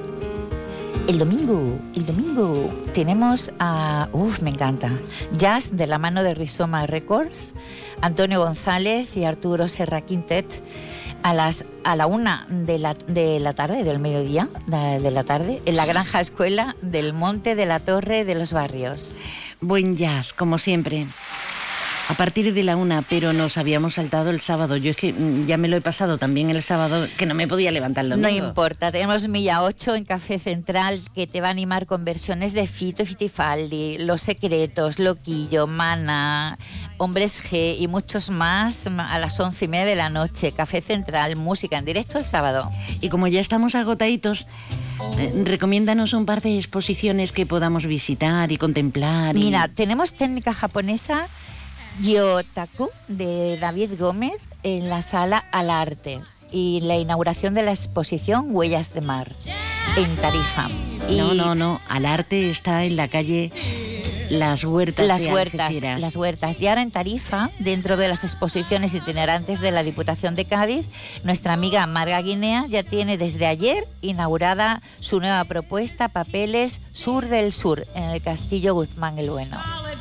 tenemos a... me encanta. Jazz de la mano de Rizoma Records, Antonio González y Arturo Serra Quintet a la 1 de la tarde, del mediodía de la tarde, en la Granja Escuela del Monte de la Torre de los Barrios. Buen jazz, como siempre. A partir de la 1, pero nos habíamos saltado el sábado. Yo es que ya me lo he pasado también el sábado, que no me podía levantar el domingo. No importa, tenemos Milla 8 en Café Central, que te va a animar con versiones de Fito y Fittipaldi, Los Secretos, Loquillo, Mana, Hombres G y muchos más a las 11:30 de la noche. Café Central, música en directo el sábado. Y como ya estamos agotaditos, recomiéndanos un par de exposiciones que podamos visitar y contemplar. Mira, tenemos técnica japonesa Yotaku de David Gómez en la Sala al Arte y la inauguración de la exposición Huellas de Mar en Tarifa. No, al Arte está en la calle Las Huertas de Algeciras. Las Huertas. Y ahora en Tarifa, dentro de las exposiciones itinerantes de la Diputación de Cádiz, nuestra amiga Marga Guinea ya tiene desde ayer inaugurada su nueva propuesta Papeles Sur del Sur en el Castillo Guzmán el Bueno.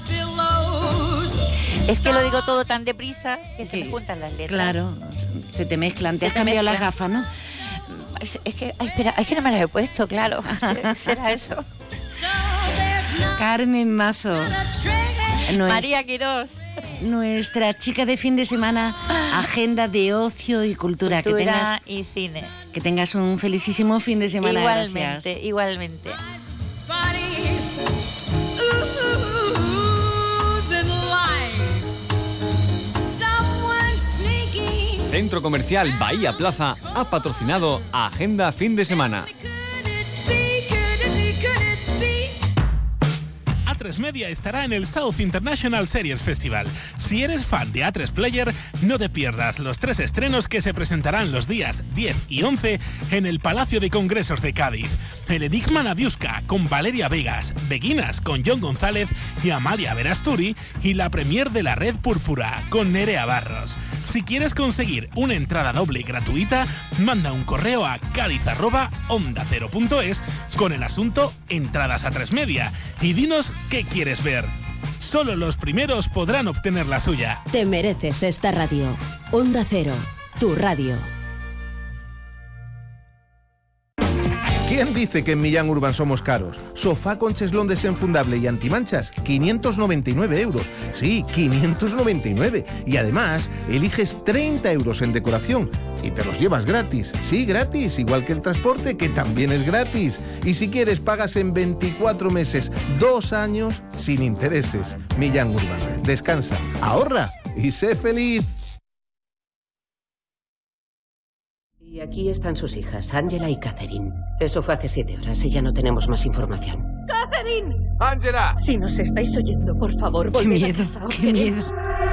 Es que lo digo todo tan deprisa que se me juntan las letras. Claro, se te mezclan. Te has cambiado las gafas, ¿no? Es que no me las he puesto, claro. ¿Será eso? Carmen Mazo. María Quirós. Nuestra chica de fin de semana, agenda de ocio y cultura. Y cine. Que tengas un felicísimo fin de semana. Igualmente. Centro Comercial Bahía Plaza ha patrocinado Agenda Fin de Semana. A3 Media estará en el South International Series Festival. Si eres fan de A3 Player, no te pierdas los 3 estrenos que se presentarán los días 10 y 11 en el Palacio de Congresos de Cádiz. El Enigma Naviuska con Valeria Vegas, Beguinas con John González y Amalia Verasturi y la premier de La Red Púrpura con Nerea Barros. Si quieres conseguir una entrada doble gratuita, manda un correo a cádiz@ondacero.es con el asunto Entradas A3 Media y dinos qué quieres ver. Solo los primeros podrán obtener la suya. Te mereces esta radio. Onda Cero, tu radio. ¿Quién dice que en Millán Urban somos caros? Sofá con cheslón desenfundable y antimanchas, 599 euros. Sí, 599. Y además, eliges 30 euros en decoración y te los llevas gratis. Sí, gratis, igual que el transporte, que también es gratis. Y si quieres, pagas en 24 meses, 2 años, sin intereses. Millán Urban. Descansa, ahorra y sé feliz. Y aquí están sus hijas, Ángela y Catherine. Eso fue hace 7 horas y ya no tenemos más información. ¡Catherine! ¡Ángela! Si nos estáis oyendo, por favor, volved a casa. ¡Qué miedo!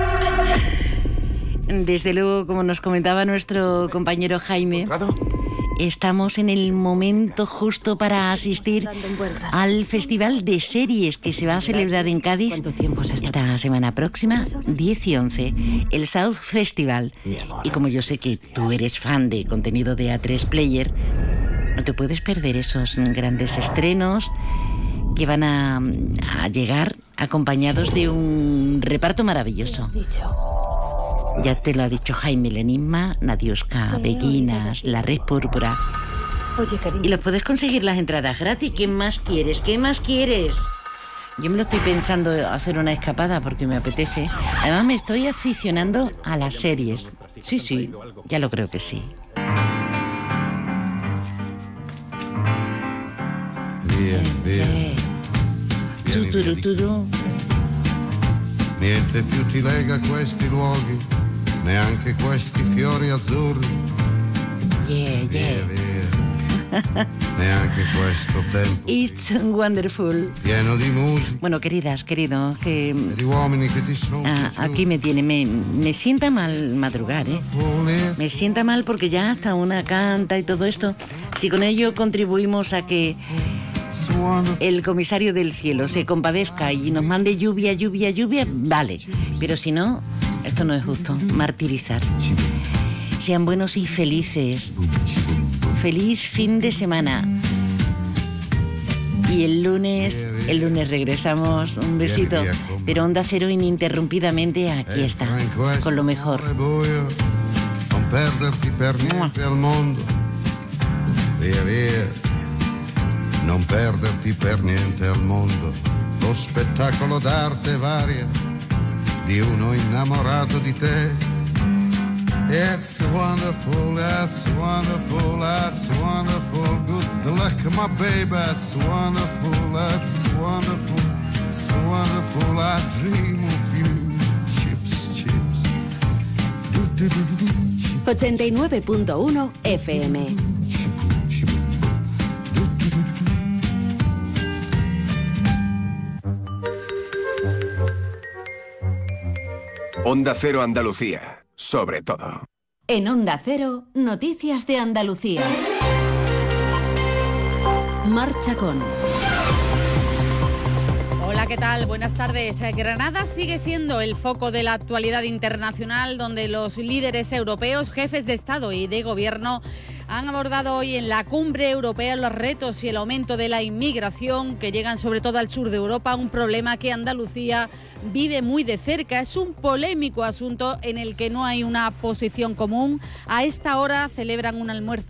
Desde luego, como nos comentaba nuestro compañero Jaime, estamos en el momento justo para asistir al Festival de Series que se va a celebrar en Cádiz esta semana próxima, 10 y 11, el South Festival. Y como yo sé que tú eres fan de contenido de A3 Player, no te puedes perder esos grandes estrenos que van a llegar acompañados de un reparto maravilloso. Ya te lo ha dicho Jaime, el Enigma, Naviuska, Beguinas, La Red Púrpura. Oye, cariño. Y los puedes conseguir las entradas gratis. ¿Qué más quieres? ¿Qué más quieres? Yo me lo estoy pensando hacer una escapada porque me apetece. Además me estoy aficionando a las series. Sí, ya lo creo que sí. Niente più ti lega a questi luoghi, neanche questi fiori azzurri. Neanche questo tempo. It's wonderful. Pieno di música. Bueno, queridas, queridos, que Di uomini che ti sono. aquí me tiene, me sienta mal madrugar, ¿eh? Me sienta mal porque ya hasta una canta y todo esto. Si con ello contribuimos a que el comisario del cielo se compadezca y nos mande lluvia, vale. Pero si no, esto no es justo, martirizar. Sean buenos y felices. Feliz fin de semana. Y el lunes regresamos. Un besito. Pero Onda Cero ininterrumpidamente aquí está, con lo mejor. Non perderti per niente al mondo. Via, via. Non perderti per niente al mondo. Lo spettacolo d'arte varia di uno innamorato di te. It's wonderful, that's wonderful, that's wonderful. Good luck, my baby, that's wonderful, that's wonderful, it's wonderful. I dream of you. Chips, chips. 89.1 FM. Onda Cero Andalucía. Sobre todo. En Onda Cero, noticias de Andalucía. Marcha con. Hola, ¿qué tal? Buenas tardes. Granada sigue siendo el foco de la actualidad internacional, donde los líderes europeos, jefes de Estado y de Gobierno, han abordado hoy en la cumbre europea los retos y el aumento de la inmigración que llegan sobre todo al sur de Europa, un problema que Andalucía vive muy de cerca. Es un polémico asunto en el que no hay una posición común. A esta hora celebran un almuerzo